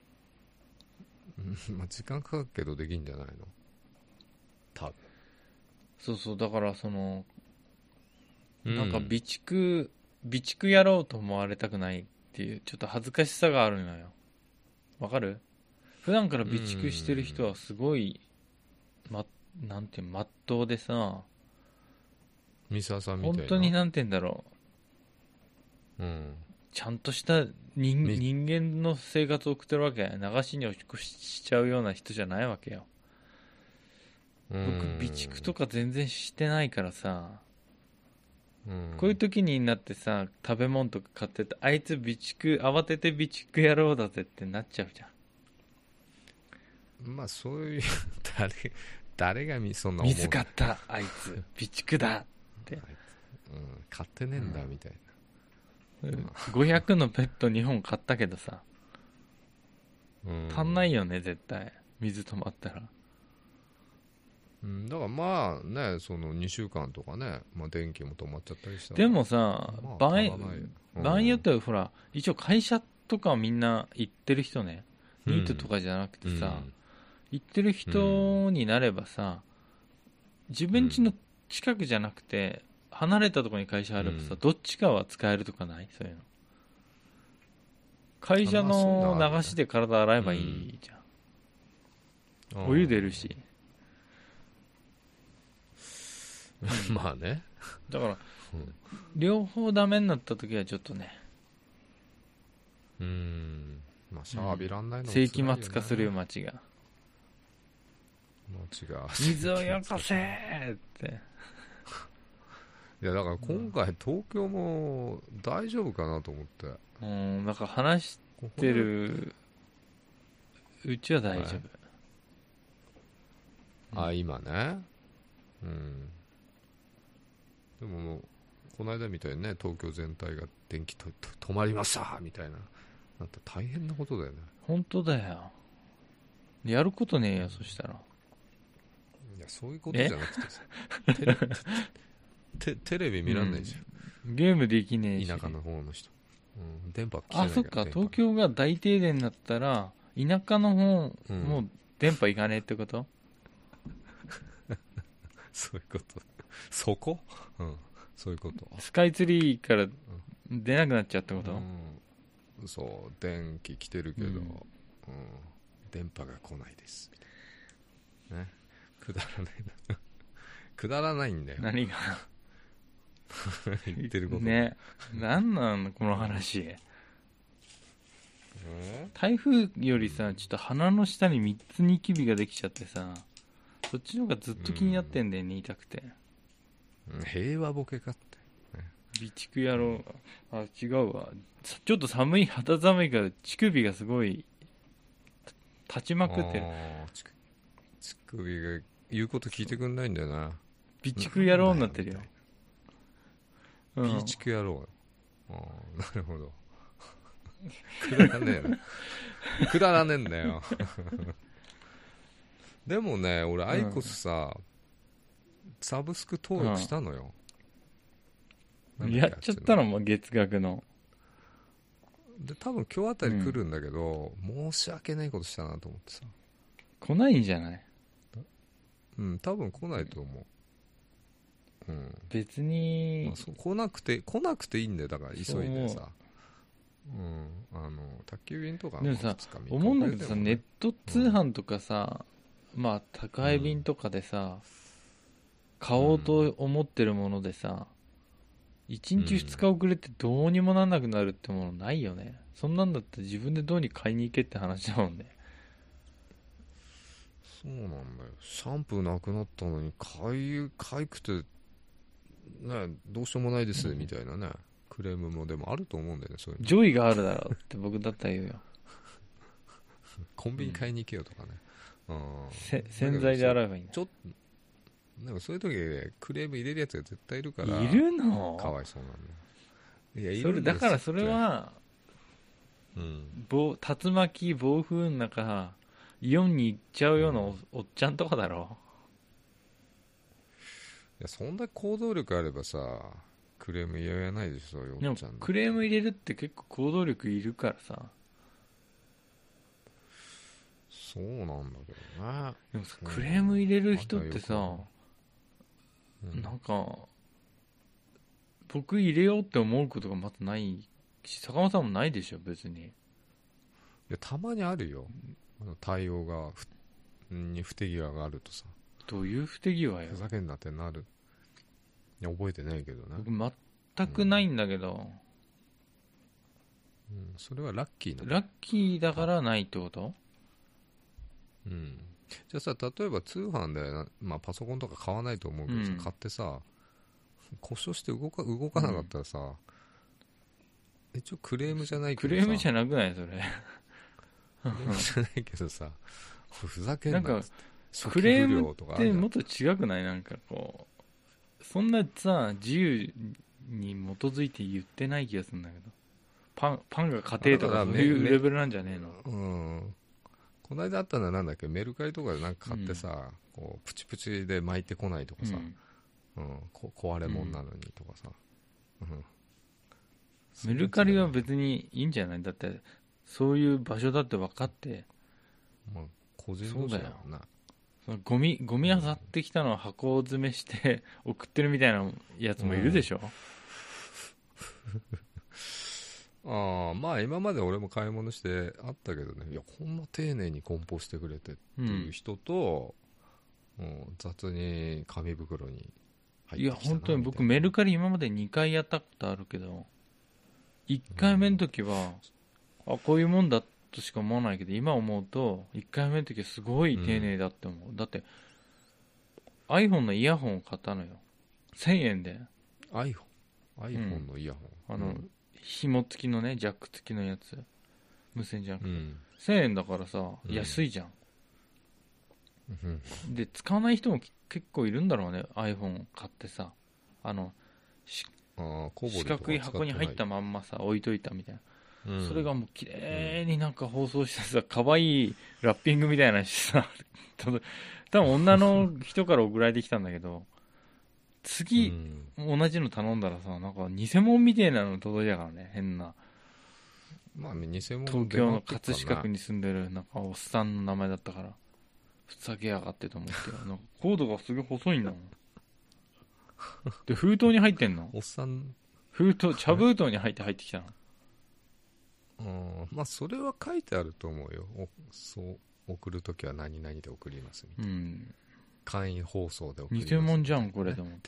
まあ時間かかるけどできんじゃないの多分。 そうそう、だからその、うん、なんか備蓄備蓄やろうと思われたくないっていうちょっと恥ずかしさがあるのよ。わかる？普段から備蓄してる人はすごい、ま、なんていうまっとうでさ、 三沢さんみたいな、 本当になんて言うんだろう、うん、ちゃんとした 人, 人間の生活を送ってるわけ。流しに落ち越しちゃうような人じゃないわけよ。僕備蓄とか全然してないからさ、うん、こういう時になってさ食べ物とか買ってて、あいつ備蓄慌てて備蓄やろうだぜってなっちゃうじゃん。まあそういう誰誰がそんな思う。 水買ったあいつ備蓄だって、うん、 買ってねえんだみたいな、 うん、ごひゃくのペットにほん買ったけどさ、うん、足んないよね絶対水止まったら。 うん、だからまあね、そのにしゅうかんとかね、まあ、電気も止まっちゃったりしたら。 でもさ、まあ、場合、うん、場合によってはほら一応会社とかみんな行ってる人ね、うん、ニートとかじゃなくてさ、うん、行ってる人になればさ、自分家の近くじゃなくて離れたところに会社あればさ、うん、どっちかは使えるとかない？そういうの会社の流しで体洗えばいいじゃん、うん、お湯出るしまあね。 だから、うん、両方ダメになった時はちょっとね、 うーん、まあシャワー浴びらんないのも辛いよね、世紀末化するよ街が。 街が水をよこせーっていやだから今回東京も大丈夫かなと思って。 うん、だから話してるうちは大丈夫、はい、あ今ね、うん、でももうこの間みたいにね、東京全体が電気とと止まりましたみたいななったら大変なことだよね。 本当だよ、やることねえよ。そしたらいやそういうことじゃなくてさテレ, テ, テレビ見らんないじゃん、 うん、ゲームできねえし、 田舎の方の人、うん、電波来てないから。 あ、そっか、東京が大停電になったら田舎の方、うん、もう電波いかねえってことそういうこと。そこ、うん、そういうこと。 スカイツリーから出なくなっちゃうってこと、 うん、そう電気来てるけど、うんうん、電波が来ないですみたいなね。くだらないなくだらないんだよ何が言ってることね。何なのこの話、え台風よりさ、ちょっと鼻の下にみっつニキビができちゃってさ、そっちの方がずっと気になってんだよね、痛くて。 平和ボケかって、 ね、備蓄やろう。あ、違うわ、ちょっと寒い、肌寒いから乳首がすごい立ちまくってる。 乳首が言うこと聞いてくんないんだよな。 備蓄野郎になってるよ。 うん、備蓄野郎よ。ああ、なるほど。くだらねえな。くだらねえんだよ。でもね、俺アイコスさ、うん、サブスク登録したのよ。 うん、やっちゃったのも月額の。 で多分今日あたり来るんだけど、うん、申し訳ないことしたなと思ってさ。 来ないんじゃない？ うん、多分来ないと思う。うん、 別に、 まあ、そう来なくて来なくていいんだよ。だから急いでさ。うん、あの宅急便とかでもさ、思うんだけどさ、ネット通販とかさ、うん、まあ宅配便とかでさ、うん、買おうと思ってるものでさ、いちにちふつか遅れてどうにもなんなくなるってものないよね。そんなんだったら自分でどうに買いに行けって話だもんね。 そうなんだよ。シャンプーなくなったのにかゆかゆくて、ね、どうしようもないですみたいなね、うん、クレームもでもあると思うんだよね。そういうジョイがあるだろうって僕だったら言うよ。 コンビニ買いに行けよとかね、うん、 洗剤で洗えばいいんだ。 ちょっとなんかそういう時でクレーム入れるやつが絶対いるから。 いるの？ かわいそうなんだ。いや、いるんだ。だからそれは、 うん、 竜巻暴風の中イオンに行っちゃうような お,、うん、おっちゃんとかだろ。 いや、そんな行動力あればさ、クレーム言えないでしょ、よっちゃん。でもクレーム入れるって結構行動力いるからさ。 そうなんだけどね。 でもさ、クレーム入れる人ってさ、うん、なんか僕入れようって思うことがまずないし、坂本さんもないでしょ別に。いや、たまにあるよ、対応がふに不手際があるとさ。 どういう不手際よ。 ふざけんなってなる。いや、覚えてないけどね。 僕全くないんだけど、 うんうん、それはラッキーなの。 ラッキーだからないってこと？ うん。じゃあさ、例えば通販で、まあ、パソコンとか買わないと思うけどさ、うん、買ってさ故障して動か、動かなかったらさ、うん、一応クレームじゃないけどさ、 クレームじゃなくないそれ。 クレームじゃないけどさ、ふざけんなっつって。 なんかクレームってもっと違くない？なんかこうそんなさ自由に基づいて言ってない気がするんだけど、パンパンが家庭とかそういうレベルなんじゃねえの？うん。 この間あったのはなんだっけ、メルカリとかでなんか買ってさ、うん、こうプチプチで巻いてこないとかさ、うんうん、こ壊れ物なのにとかさ、うんうん、 メルカリは別にいいんじゃない？だってそういう場所だって分かって、 まあ、個人同士だよな。 そのゴミゴミ漁ってきたのを箱詰めして送ってるみたいなやつもいるでしょ、 うん、ああ、まあ今まで俺も買い物してあったけどね、いやこんな丁寧に梱包してくれてっていう人と、うんうん、雑に紙袋に入ってきたな。 いや本当に僕メルカリ今までにかいやったことあるけど、いっかいめの時は、うん、あこういうもんだとしか思わないけど、今思うといっかいめの時はすごい丁寧だって思う、うん、だって iPhone のイヤホンを買ったのよ、せんえんで。 iPhone, iPhone のイヤホン、 うん、あの、うん、紐付きのね、ジャック付きのやつ、無線じゃなくて、うん、せんえんだからさ、うん、安いじゃん、うん、で使わない人も結構いるんだろうね、 iPhone 買ってさ、あのしあ四角い箱に入ったまんまさ置いといたみたいな、うん、それがもう綺麗になんか包装してさ、可愛いラッピングみたいなしさ多分女の人から送られてきたんだけど、次、うん、同じの頼んだらさ、なんか偽物みたいなの届いたからね、変な、 まあ、偽物東京の葛飾区に住んでるなんかおっさんの名前だったから、ふざけやがってと思ってなんかコードがすげえ細いんだもんで封筒に入ってんの、 おっさん封筒、茶封筒に入って入ってきたの。 うん、まあそれは書いてあると思うよ。おそう送るときは何々で送りますみたいな、うん、簡易放送で送ります、 偽物じゃんこれでも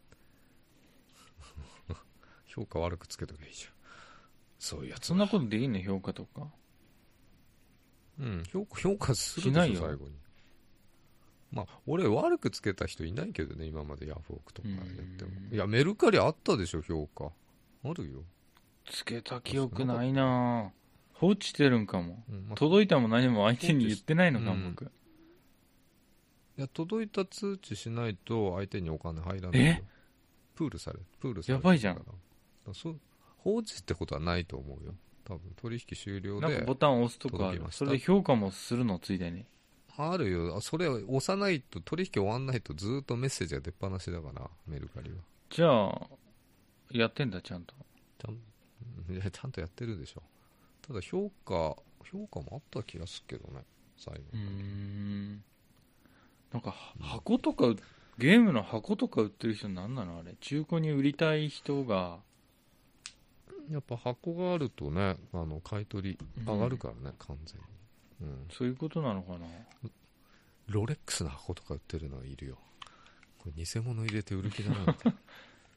評価悪くつけとけばいいじゃん、そういうやつ。 そんなことできんの、評価とか。 うん評価、評価するでしょ最後に。まあ俺悪くつけた人いないけどね、今までヤフオクとかやっても。いやメルカリあったでしょ評価、あるよ。 つけた記憶ないな、放置してるんかも、うんまあ、届いたも何も相手に言ってないのかも、うん、僕いや届いた通知しないと相手にお金入らないよ。 えプールされプールされやばいじゃん。 だからそ放置ってことはないと思うよ。多分取引終了なんかでボタン押すとかある。 届きましたそれで評価もするのついでに。 あるよ。それを押さないと取引終わんないとずっとメッセージが出っ放しだからメルカリは。 じゃあやってんだちゃんと。 ちゃんいやちゃんとやってるでしょ。ただ評価評価もあった気がするけどね最後。 うーんなんか箱とかゲームの箱とか売ってる人なんなのあれ。中古に売りたい人がやっぱ箱があるとねあの買い取り上がるからね、うん、完全に、うん、 そういうことなのかな。 ロレックスの箱とか売ってるのはいるよ。これ偽物入れて売る気だなみたいな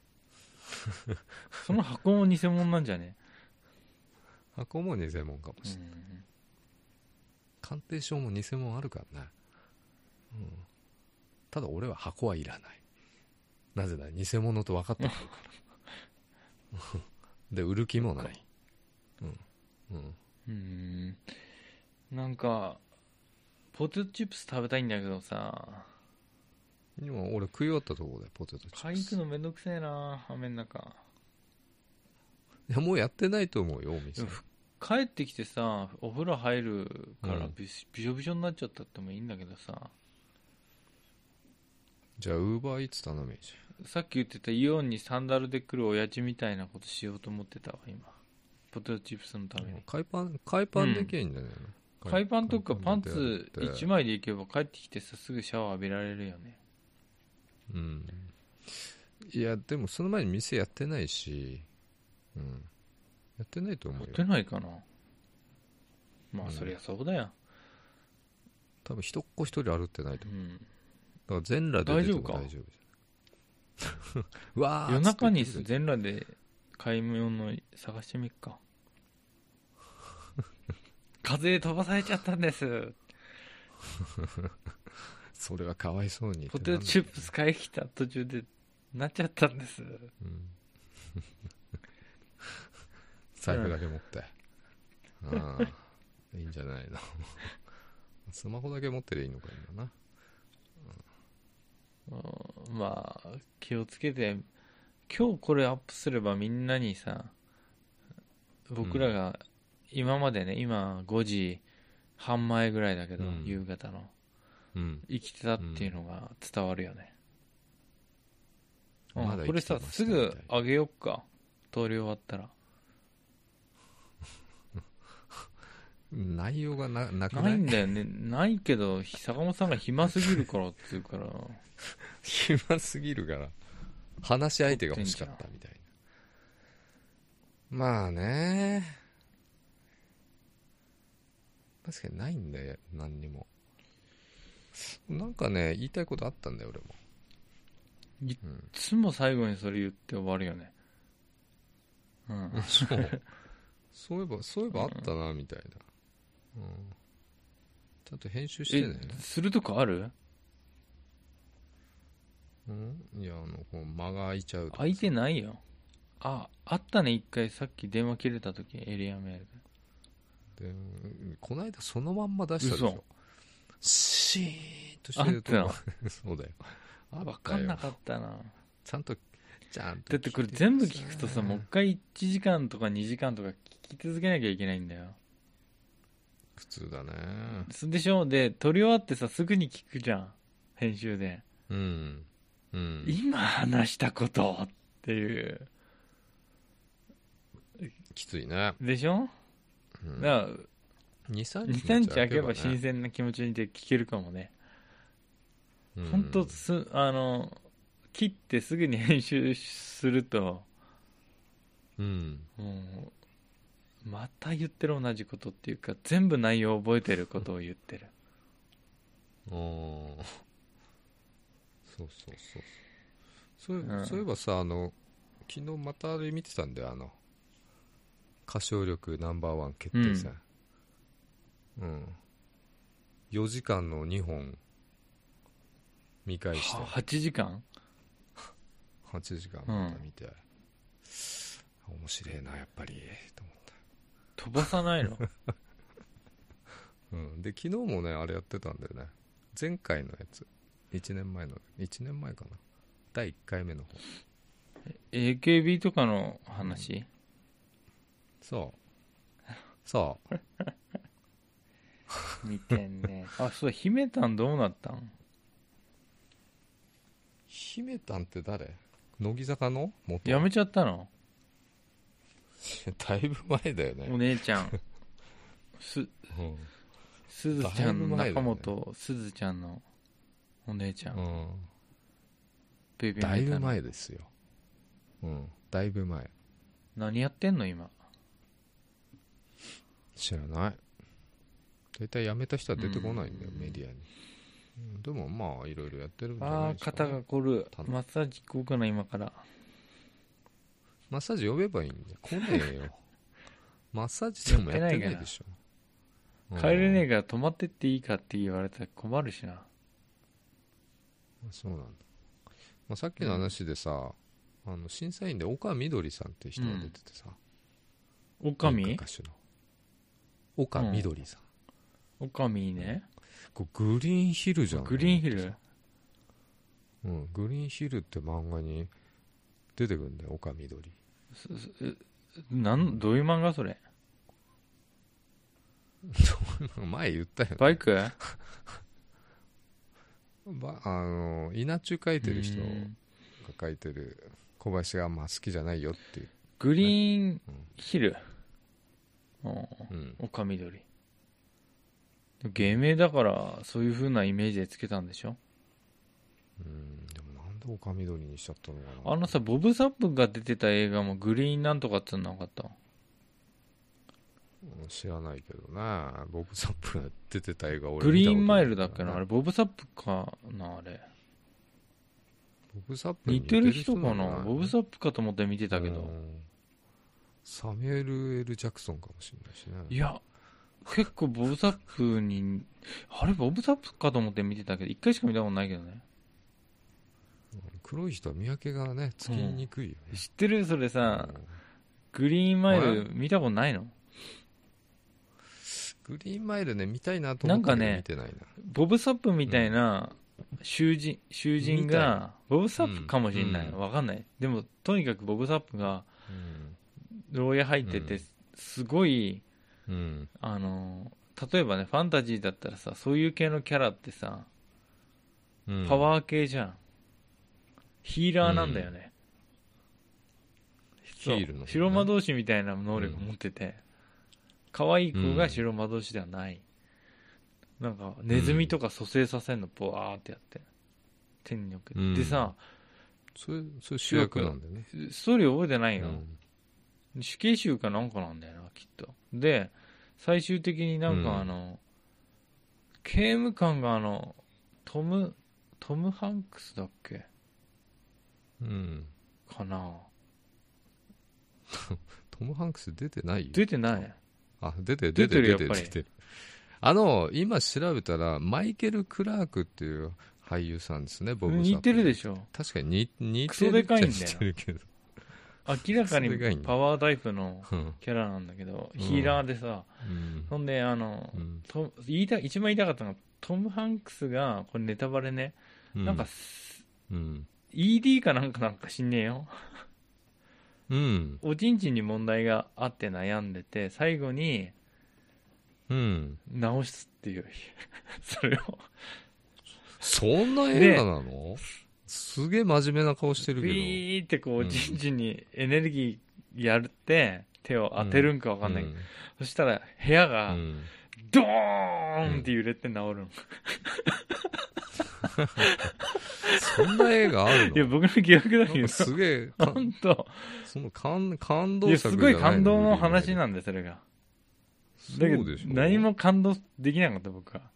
その箱も偽物なんじゃね。 箱も偽物かもしれない、うん、鑑定書も偽物あるからね、うん、ただ俺は箱はいらない。なぜだ偽物と分かってくるからで売る気もない。うんうんうんなんかポテトチップス食べたいんだけどさ。 今俺食い終わったところでポテトチップス買い行くのめんどくせえな雨の中。 いやもうやってないと思うよお店。 帰ってきてさお風呂入るからびしょびしょになっちゃったってもいいんだけどさ、 じゃあウーバーイーツ頼めじゃん。さっき言ってたイオンにサンダルで来る親父みたいなことしようと思ってたわ今。ポテトチップスのために海パン海パンできゃいいんじゃないの、 うん、海パンとかパンツいちまいでいけば帰ってきてさすぐシャワー浴びられるよね。 うんいやでもその前に店やってないし、うん、やってないと思うよ。 やってないかな。まあそりゃそうだよ、うん、 多分一っ子一人歩ってないと思う、 うん、 だから全裸で出ても大丈夫じゃんうわー夜中に全裸で買い物探してみっか風飛ばされちゃったんですそれはかわいそうに。 ポテトチップス買い切った途中でなっちゃったんです、うん、 財布だけ持って、うん、あいいんじゃないのスマホだけ持ってりゃいいのか今な、 うん、まあ気をつけて。今日これアップすればみんなにさ僕らが今までね、うん、今ごじはん前ぐらいだけど、うん、夕方の、うん、生きてたっていうのが伝わるよね、うんま、これさすぐあげよっか通り終わったら内容が な, なくない？ ないんだよね。ないけど坂本さんが暇すぎるからって言うから暇すぎるから話し相手が欲しかったみたいな。まあね確かにないんだよ何にも。なんかね言いたいことあったんだよ俺も。 いつも最後にそれ言って終わるよね、うん、 そうそういえばそういえばあったなみたいな、うん、ちゃんと編集してね。 するとこある？ うん、いやあのこう間が空いちゃうとか。 空いてないよ。ああったね一回さっき電話切れた時エリアメールで。でこの間そのまんま出したでしょ。シーンとしてるとそうだよ。 あ分かんなかったな。 ちゃんとちゃんとだってこれ全部聞くとさもう一回いちじかんとかにじかんとか聞き続けなきゃいけないんだよ。 普通だね。 そでしょ。で撮り終わってさすぐに聞くじゃん編集で。 うんうん、 今話したことっていうきついねでしょ、うん、だからにさんにち空けば新鮮な気持ちで聞けるかもね、うん、ほんとすあの切ってすぐに編集すると、うん、もうまた言ってる同じことっていうか全部内容覚えてることを言ってるおそうそうそうそう、うん、そういえばさあの昨日またあれ見てたんだよあの歌唱力ナンバーワン決定戦、うん、うん、よじかんのにほん見返してはちじかんはちじかんまた見て、うん、面白いなやっぱりと思った飛ばさないの、 うん、で昨日もねあれやってたんだよね前回のやついちねんまえのいちねんまえかな、だいいっかいめの方。 エーケービー とかの話、 そうそう見てんね。あ、そう、姫たんどうなったん？ 姫たんって誰？乃木坂の元？ やめちゃったの？ だいぶ前だよね。 お姉ちゃんす、 うん、 すずちゃんの、 だいぶ前だよね、 中本すずちゃんのお姉ちゃん、 うん、 ベビーメタの。 だいぶ前ですよ。うん、だいぶ前。 何やってんの今？ 知らない。大体辞めた人は出てこないんだよ、 うん、 メディアに。うん、でもまあいろいろやってるんじゃないですか、ね。 ああ、肩が凝る。マッサージ行こうかな今から。 マッサージ呼べばいいんだよ。来ねえよ。マッサージでもやってないでしょ。 帰れねえから泊まってっていいかって言われたら困るしな。 そうなんだ。まあ、さっきの話でさ、うん、あの審査員で岡みどりさんって人が出ててさ、 おかみ？ 歌手の岡みどりさん。おかみね。 こうグリーンヒルじゃん。 グリーンヒル？ うん、グリーンヒルって漫画に出てくるんだよ、岡みどり。 なん、どういう漫画それ？ 前言ったよ、ね、 バイク？ ばあの稲中書いてる人が書いてる小林があんま好きじゃないよっていう。 グリーンヒル、うんうん、 岡みどり。芸名だからそういう風なイメージでつけたんでしょ。 うん、でもなんで岡みどりにしちゃったのかな。 あのさ、ボブサップが出てた映画もグリーンなんとかってのなかった？ 知らないけどね。ボブサップが出てた映画俺見たことない、ね、 グリーンマイルだっけな、あれボブサップかな、あれ。 ボブサップ似てる人かな。ボブサップかと思って見てたけど、 サミュエル・エル・ジャクソンかもしれないしね。 いや結構ボブサップにあれボブサップかと思って見てたけど、一回しか見たことないけどね。 黒い人は見分けがねつきにくいよね、 うん、知ってるそれさ、グリーンマイル見たことないの？ グリーンマイルね見たいなと思ったけど見てないな。 んかね、ボブサップみたいな囚人、囚人がボブサップかもしれない、うん、わかんない。でもとにかくボブサップが牢屋入っててすごい、うん、あの例えばねファンタジーだったらさ、そういう系のキャラってさ、うん、パワー系じゃん。ヒーラーなんだよね、うん、そうヒールの、ね、白魔導士みたいな能力持ってて、うん、可愛い子が白魔導士ではない、うん、なんかネズミとか蘇生させるのボワーってやって手によけて、うん、でさ、 それそれ主役なんだよね。 ストーリー覚えてないよ、うん、死刑囚かなんかなんだよなきっと。で最終的になんかあの、うん、刑務官があのトムトムハンクスだっけ、うん、かな。 トムハンクス出てないよ。 出てない。 あ、出てる出てる出てる出てる。あの今調べたらマイケル・クラークっていう俳優さんですね。ボブサップ似てるでしょ。 確かに似てるっちゃ似てるけど、 明らかにパワータイプのキャラなんだけど、うん、ヒーラーでさ、うん、ほんであの、うん、と言いた一番言いたかったのがトム・ハンクスがこれネタバレね、うん、なんか、うん、イーディー かなんかなんか知んねえよ、うん、おちんちんに問題があって悩んでて最後に、うん、直すっていうそれをそんな映画なの？すげえ真面目な顔してるけどビーってこうおちんちんにエネルギーやるって手を当てるんか分かんないけど、うん、そしたら部屋がドーンって揺れて治るの、うん、 そんな映画あるの？ いや僕の記憶だけどすげえ本当その感感動作じゃないの？ すごい感動の話なんでそれが。だけど何も感動できなかった僕は。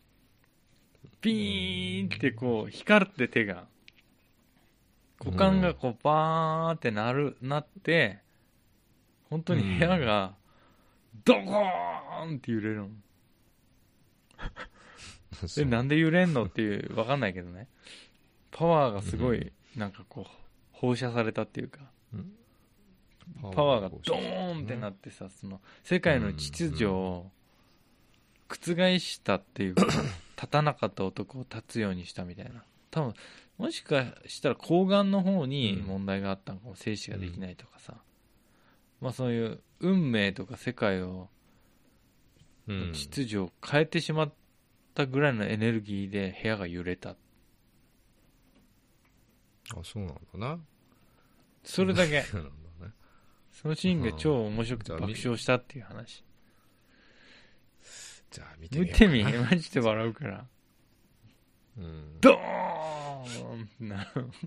ピーンってこう光るって手が股間がこうバーってなるなって本当に部屋がドコーンって揺れるの。でなんで揺れんのっていう分かんないけどね、パワーがすごいなんかこう放射されたっていうか、パワーがドーンってなってさ、その世界の秩序を覆したっていうか立たなかった男を立つようにしたみたいな。多分もしかしたら睾丸の方に問題があったのかも、精子ができないとかさ、まあそういう運命とか世界を、うん、秩序を変えてしまったぐらいのエネルギーで部屋が揺れた。 あ、そうなんだな。 それだけなんだ、ね、そのシーンが超面白くて爆笑したっていう話。 じゃあ見てみようかな。見てみ、マジで笑うから、うん、ドーンな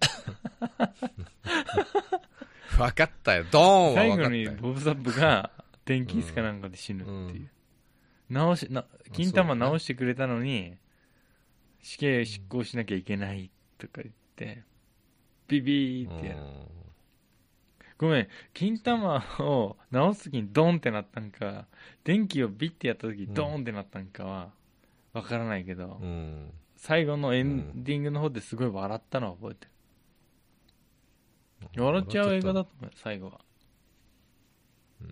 分かったよ、ドーンは分かったよ。 最後にボブサップが電気椅子かなんかで死ぬっていう、うん、直しな金玉直してくれたのに死刑執行しなきゃいけないとか言ってビビーってやる、うん、ごめん、金玉を直すときにドンってなったんか、電気をビッてやったときドーンってなったんかはわからないけど、うん、最後のエンディングの方ですごい笑ったのは覚えてる、うん、笑っちゃう映画だと思うよ最後は、うん、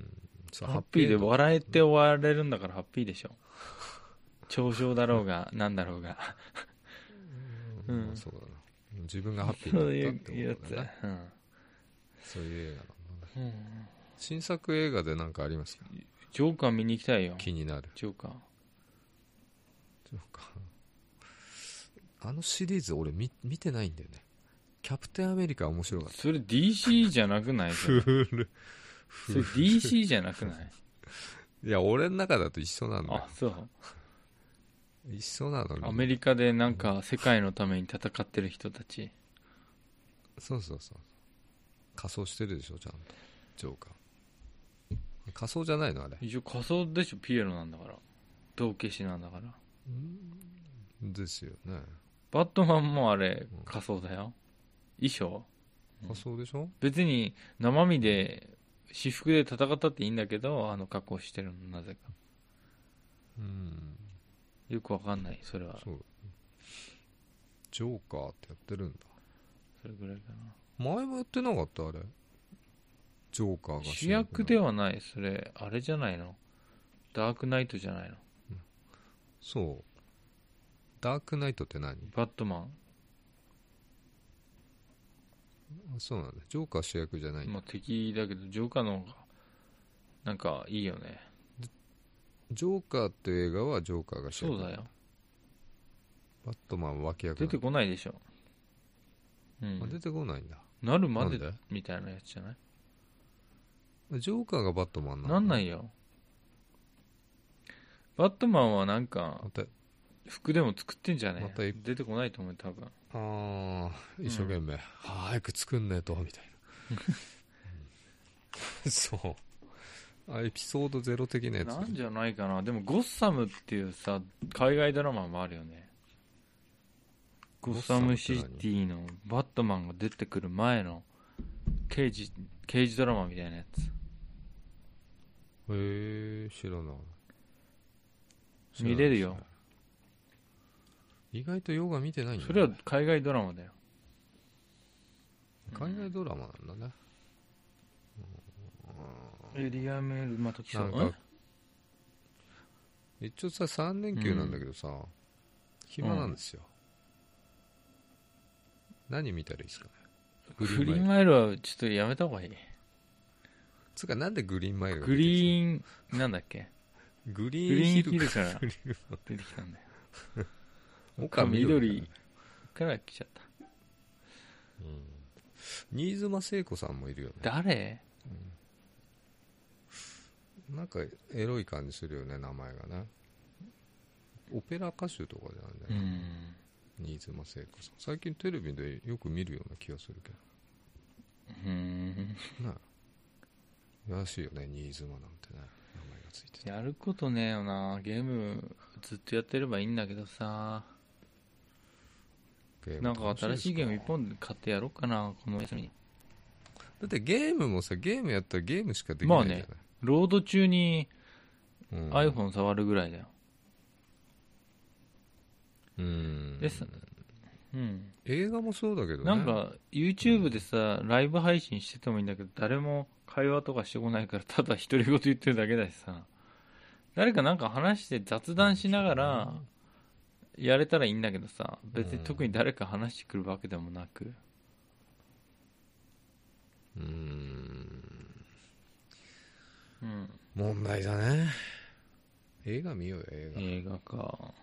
ハッピーで笑えて終われるんだからハッピーでしょ。嘲笑だろうが何だろうがうん、そうだな、自分がハッピーだったってことだね。そういうやつ、うん、そういう映画なんだね、うん、新作映画で何かありますか？ ジョーカー見に行きたいよ。 気になる。 ジョーカージョーカーあのシリーズ俺 見, 見てないんだよね。キャプテンアメリカ面白かった。 それ ディーシー じゃなくない？それ ディーシー じゃなくない？ いや俺の中だと一緒なんだよ。 あ、そう一緒なのに。 アメリカでなんか世界のために戦ってる人たち、 そうそうそう、仮装してるでしょちゃんとジョーカー。仮装じゃないのあれ？ 一応仮装でしょ、ピエロなんだから、道化師なんだから。 うんですよね。 バットマンもあれ仮装だよ、衣装仮装でしょ、うん、 別に生身で私服で戦ったっていいんだけど、あの格好してるのなぜか。うん、よくわかんない、それは。そう、 ジョーカーってやってるんだ。 それぐらいかな。前もやってなかったあれ、ジョーカーが主役ではない。それあれじゃないの、ダークナイトじゃないの、うん、 そう、ダークナイトって何？ バットマン。 そうなんだ、ジョーカー主役じゃないんだ。 まあ敵だけどジョーカーの方がなんかいいよね。 ジョーカーって映画はジョーカーが主役。 そうだよ。 バットマンは脇役。 出てこないでしょ、 うん、出てこないんだ。 なるまでみたいなやつじゃない？ ジョーカーがバットマンなの？ なんないよ。バットマンはなんか服でも作ってんじゃねえ、また出てこないと思う多分。 ああ、一生懸命、うん、早く作んねえとみたいなそうあ、エピソードゼロ的なやつなんじゃないかな。でもゴッサムっていうさ海外ドラマもあるよね。ゴッサムシティのバットマンが出てくる前の刑事刑事ドラマみたいなやつ。 へえ、知らない。 見れるよ。 意外とヨガ見てないんだ、ね、 それは海外ドラマだよ。 海外ドラマなんだね、 うん、エリアメールまた来た。なんか一応ささん連休なんだけどさ、うん、暇なんですよ、うん、何見たらいいですかね。 グリーンマイルはちょっとやめた方がいい。 つうかなんでグリーンマイルがグリーンなんだっけグリーンヒルから出てきたんだよ岡緑から来ちゃった、 うん、新妻聖子さんもいるよね。 誰、 うん、なんかエロい感じするよね名前がね。オペラ歌手とかじゃないんだよ、うん、新妻聖子さん最近テレビでよく見るような気がするけど。うーんなあらしいよね新妻なんてね、名前がついてて。 やることねえよな。ゲームずっとやってればいいんだけどさ、なんか新しいゲーム一本で買ってやろうかなこの休みに。 だってゲームもさ、ゲームやったらゲームしかできないじゃない。まあね、 ロード中に iPhone 触るぐらいだよ。 うん。 です。うん。 映画もそうだけどね。 なんか YouTube でさ、うん、ライブ配信しててもいいんだけど、誰も会話とかしてこないから、ただ独り言言ってるだけだしさ。誰かなんか話して雑談しながらやれたらいいんだけどさ、別に特に誰か話してくるわけでもなく、 うーんうん問題だね。映画見ようよ映画。 映画か。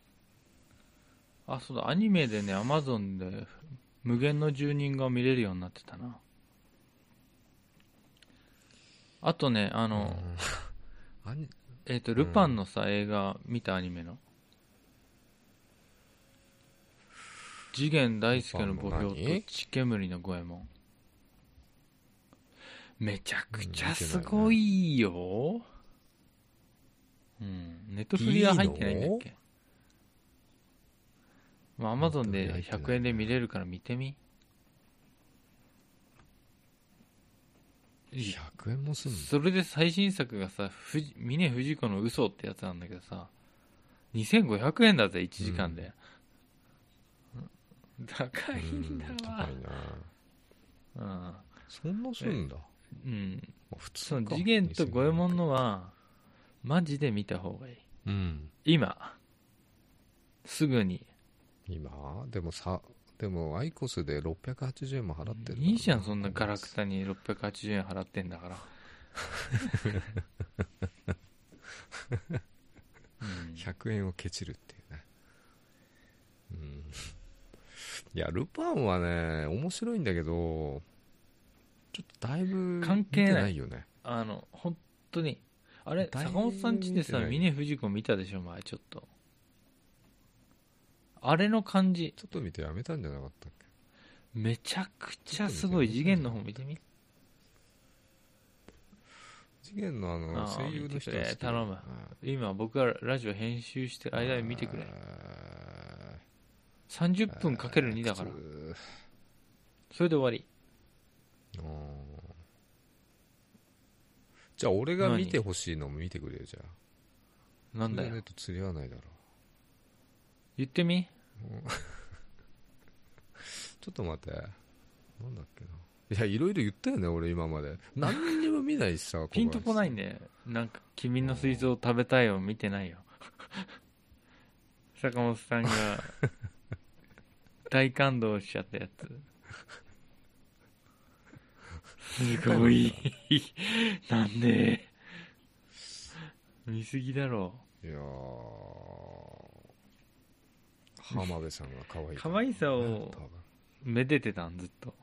あ、そうだ、アニメでね、アマゾンで無限の住人が見れるようになってたな。あとね、あの、 アニえっ、と、ルパンのさ、映画見たアニメの。次元大介の墓標と血煙の五右衛門。めちゃくちゃすごいよ。うん。ネットフリは入ってないんだっけ？まあ、アマゾンでひゃくえんで見れるから見てみ。 ひゃくえんもすんの？ それで最新作がさ、峰不二子の嘘ってやつなんだけどさ、にせんごひゃくえんだぜ、いちじかんで。うん、高いんだわ。 高いな。 うん。 そんなすんだ。 うん。 まあ、普通か。 その次元と五右衛門のは、マジで見た方がいい。 うん。 今。すぐに。 今でもさ、でもアイコスでろっぴゃくはちじゅうえんも払ってる。 いいじゃん、そんなガラクタにろっぴゃくはちじゅうえん払ってんだから。 うん、ひゃくえんをケチるっていうね。うん。いや、ルパンはね、面白いんだけど、ちょっとだいぶ関係ないよね。 あの、本当に。あれ、坂本さんちでさ、峰不二子見たでしょ、前、ちょっと。あれの感じ。 ちょっと見てやめたんじゃなかったっけ？ めちゃくちゃすごい。次元の方見てみ。 次元のあのあ声優の人です頼む。今僕がラジオ編集してる間に見てくれ。さんじゅっぷんかけるにだから。それで終わり。 じゃあ俺が見てほしいのも見てくれよ、じゃあ。 なんだよ。 それと釣り合わないだろう。 言ってみ。 ちょっと待って。なんだっけな。いや、いろいろ言ったよね、俺今まで。何にも見ないしさ。 ピンとこないんで。なんか、君の水蔵食べたいを見てないよ。坂本さんが大感動しちゃったやつ。すごい。なんで見すぎだろう。 いやー、浜辺さんが可愛い。 可愛さをめでてたん、ずっと。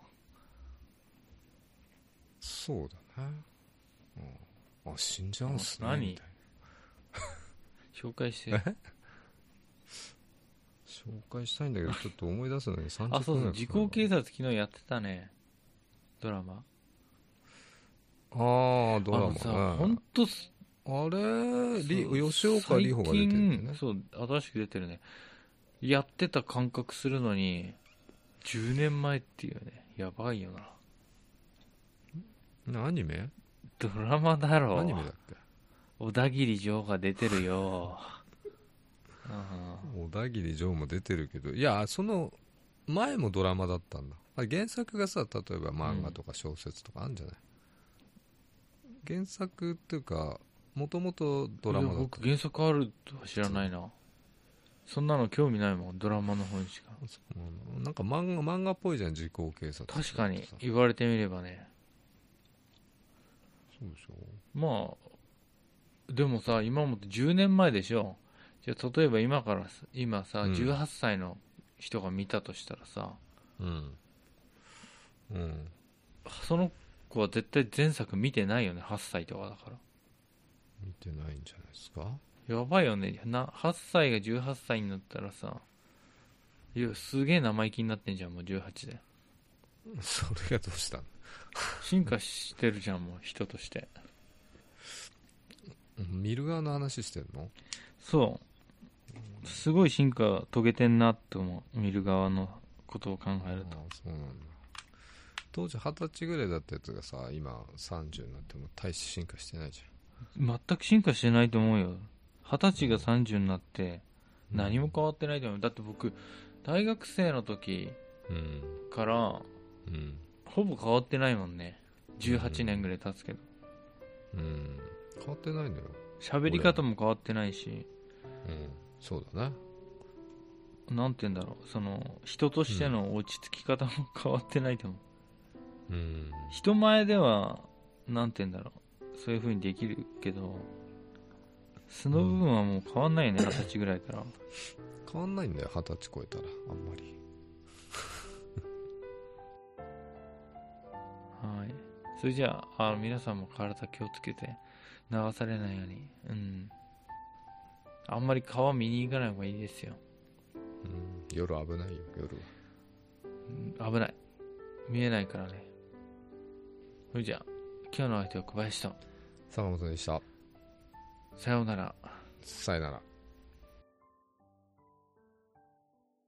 そうだね。うん、あ、死んじゃうんすね。 何みたいな。 紹介して。 紹介したいんだけど、ちょっと思い出すのにさんじゅっぷん。 あ、そうそう、時効警察昨日やってたね。ドラマ。 ああ、ドラマね。 あのさ、ほんとす、 あれ、吉岡里帆が出てるんだね。 そう、新しく出てるね。やってた感覚するのに、じゅうねんまえっていうね。やばいよな。 アニメ？ ドラマだろ。 アニメだっけ？ 小田切丈が出てるよ。 小田切丈も出てるけど、いや、その前もドラマだったんだ。原作がさ、例えば漫画とか小説とかあるんじゃない？うん、原作っていうか、もともとドラマだった。 僕原作あるとは知らないな。そんなの興味ないもん、ドラマの本しか。 なんか漫画、漫画っぽいじゃん、時効警察。 確かに、言われてみればね。 そうでしょ。 まあ、でもさ、今もじゅうねんまえでしょ。じゃあ例えば今から今さ、うん、じゅうはっさいの人が見たとしたらさ、 うんうん、 その子は絶対前作見てないよね。はっさいとかだから見てないんじゃないですか。 やばいよね。なはっさいがじゅうはっさいになったらさ、いやすげえ生意気になってんじゃん、もうじゅうはちで。 それがどうしたの？ 進化してるじゃん、もう人として。 見る側の話してんの？ そう、すごい進化遂げてんなって思う、見る側のことを考えると。 ああ、そうなんだ。当時はたちぐらいだったやつがさ、今さんじゅうになっても大して進化してないじゃん。全く進化してないと思うよ。はたちがさんじゅうになって何も変わってないと思う。だって僕大学生の時から、うんうん、ほぼ変わってないもんね。じゅうはちねんぐらい経つけど、 うん、うん、変わってないのよ。 喋り方も変わってないし、 うん、そうだな。 なんて言うんだろう、その人としての落ち着き方も変わってないと思う、うん、人前ではなんて言うんだろう、そういう風にできるけど素の部分はもう変わんないよね、二十歳ぐらいから変わんないんだよ、二十歳超えたらあんまりはい、それじゃあ、あの皆さんも体気をつけて流されないように、うん、あんまり川見に行かない方がいいですよ、 うん、夜危ないよ、夜は、うん、危ない、見えないからね。それじゃあ今日の相手は小林と坂本でした。 さようなら。 さよなら。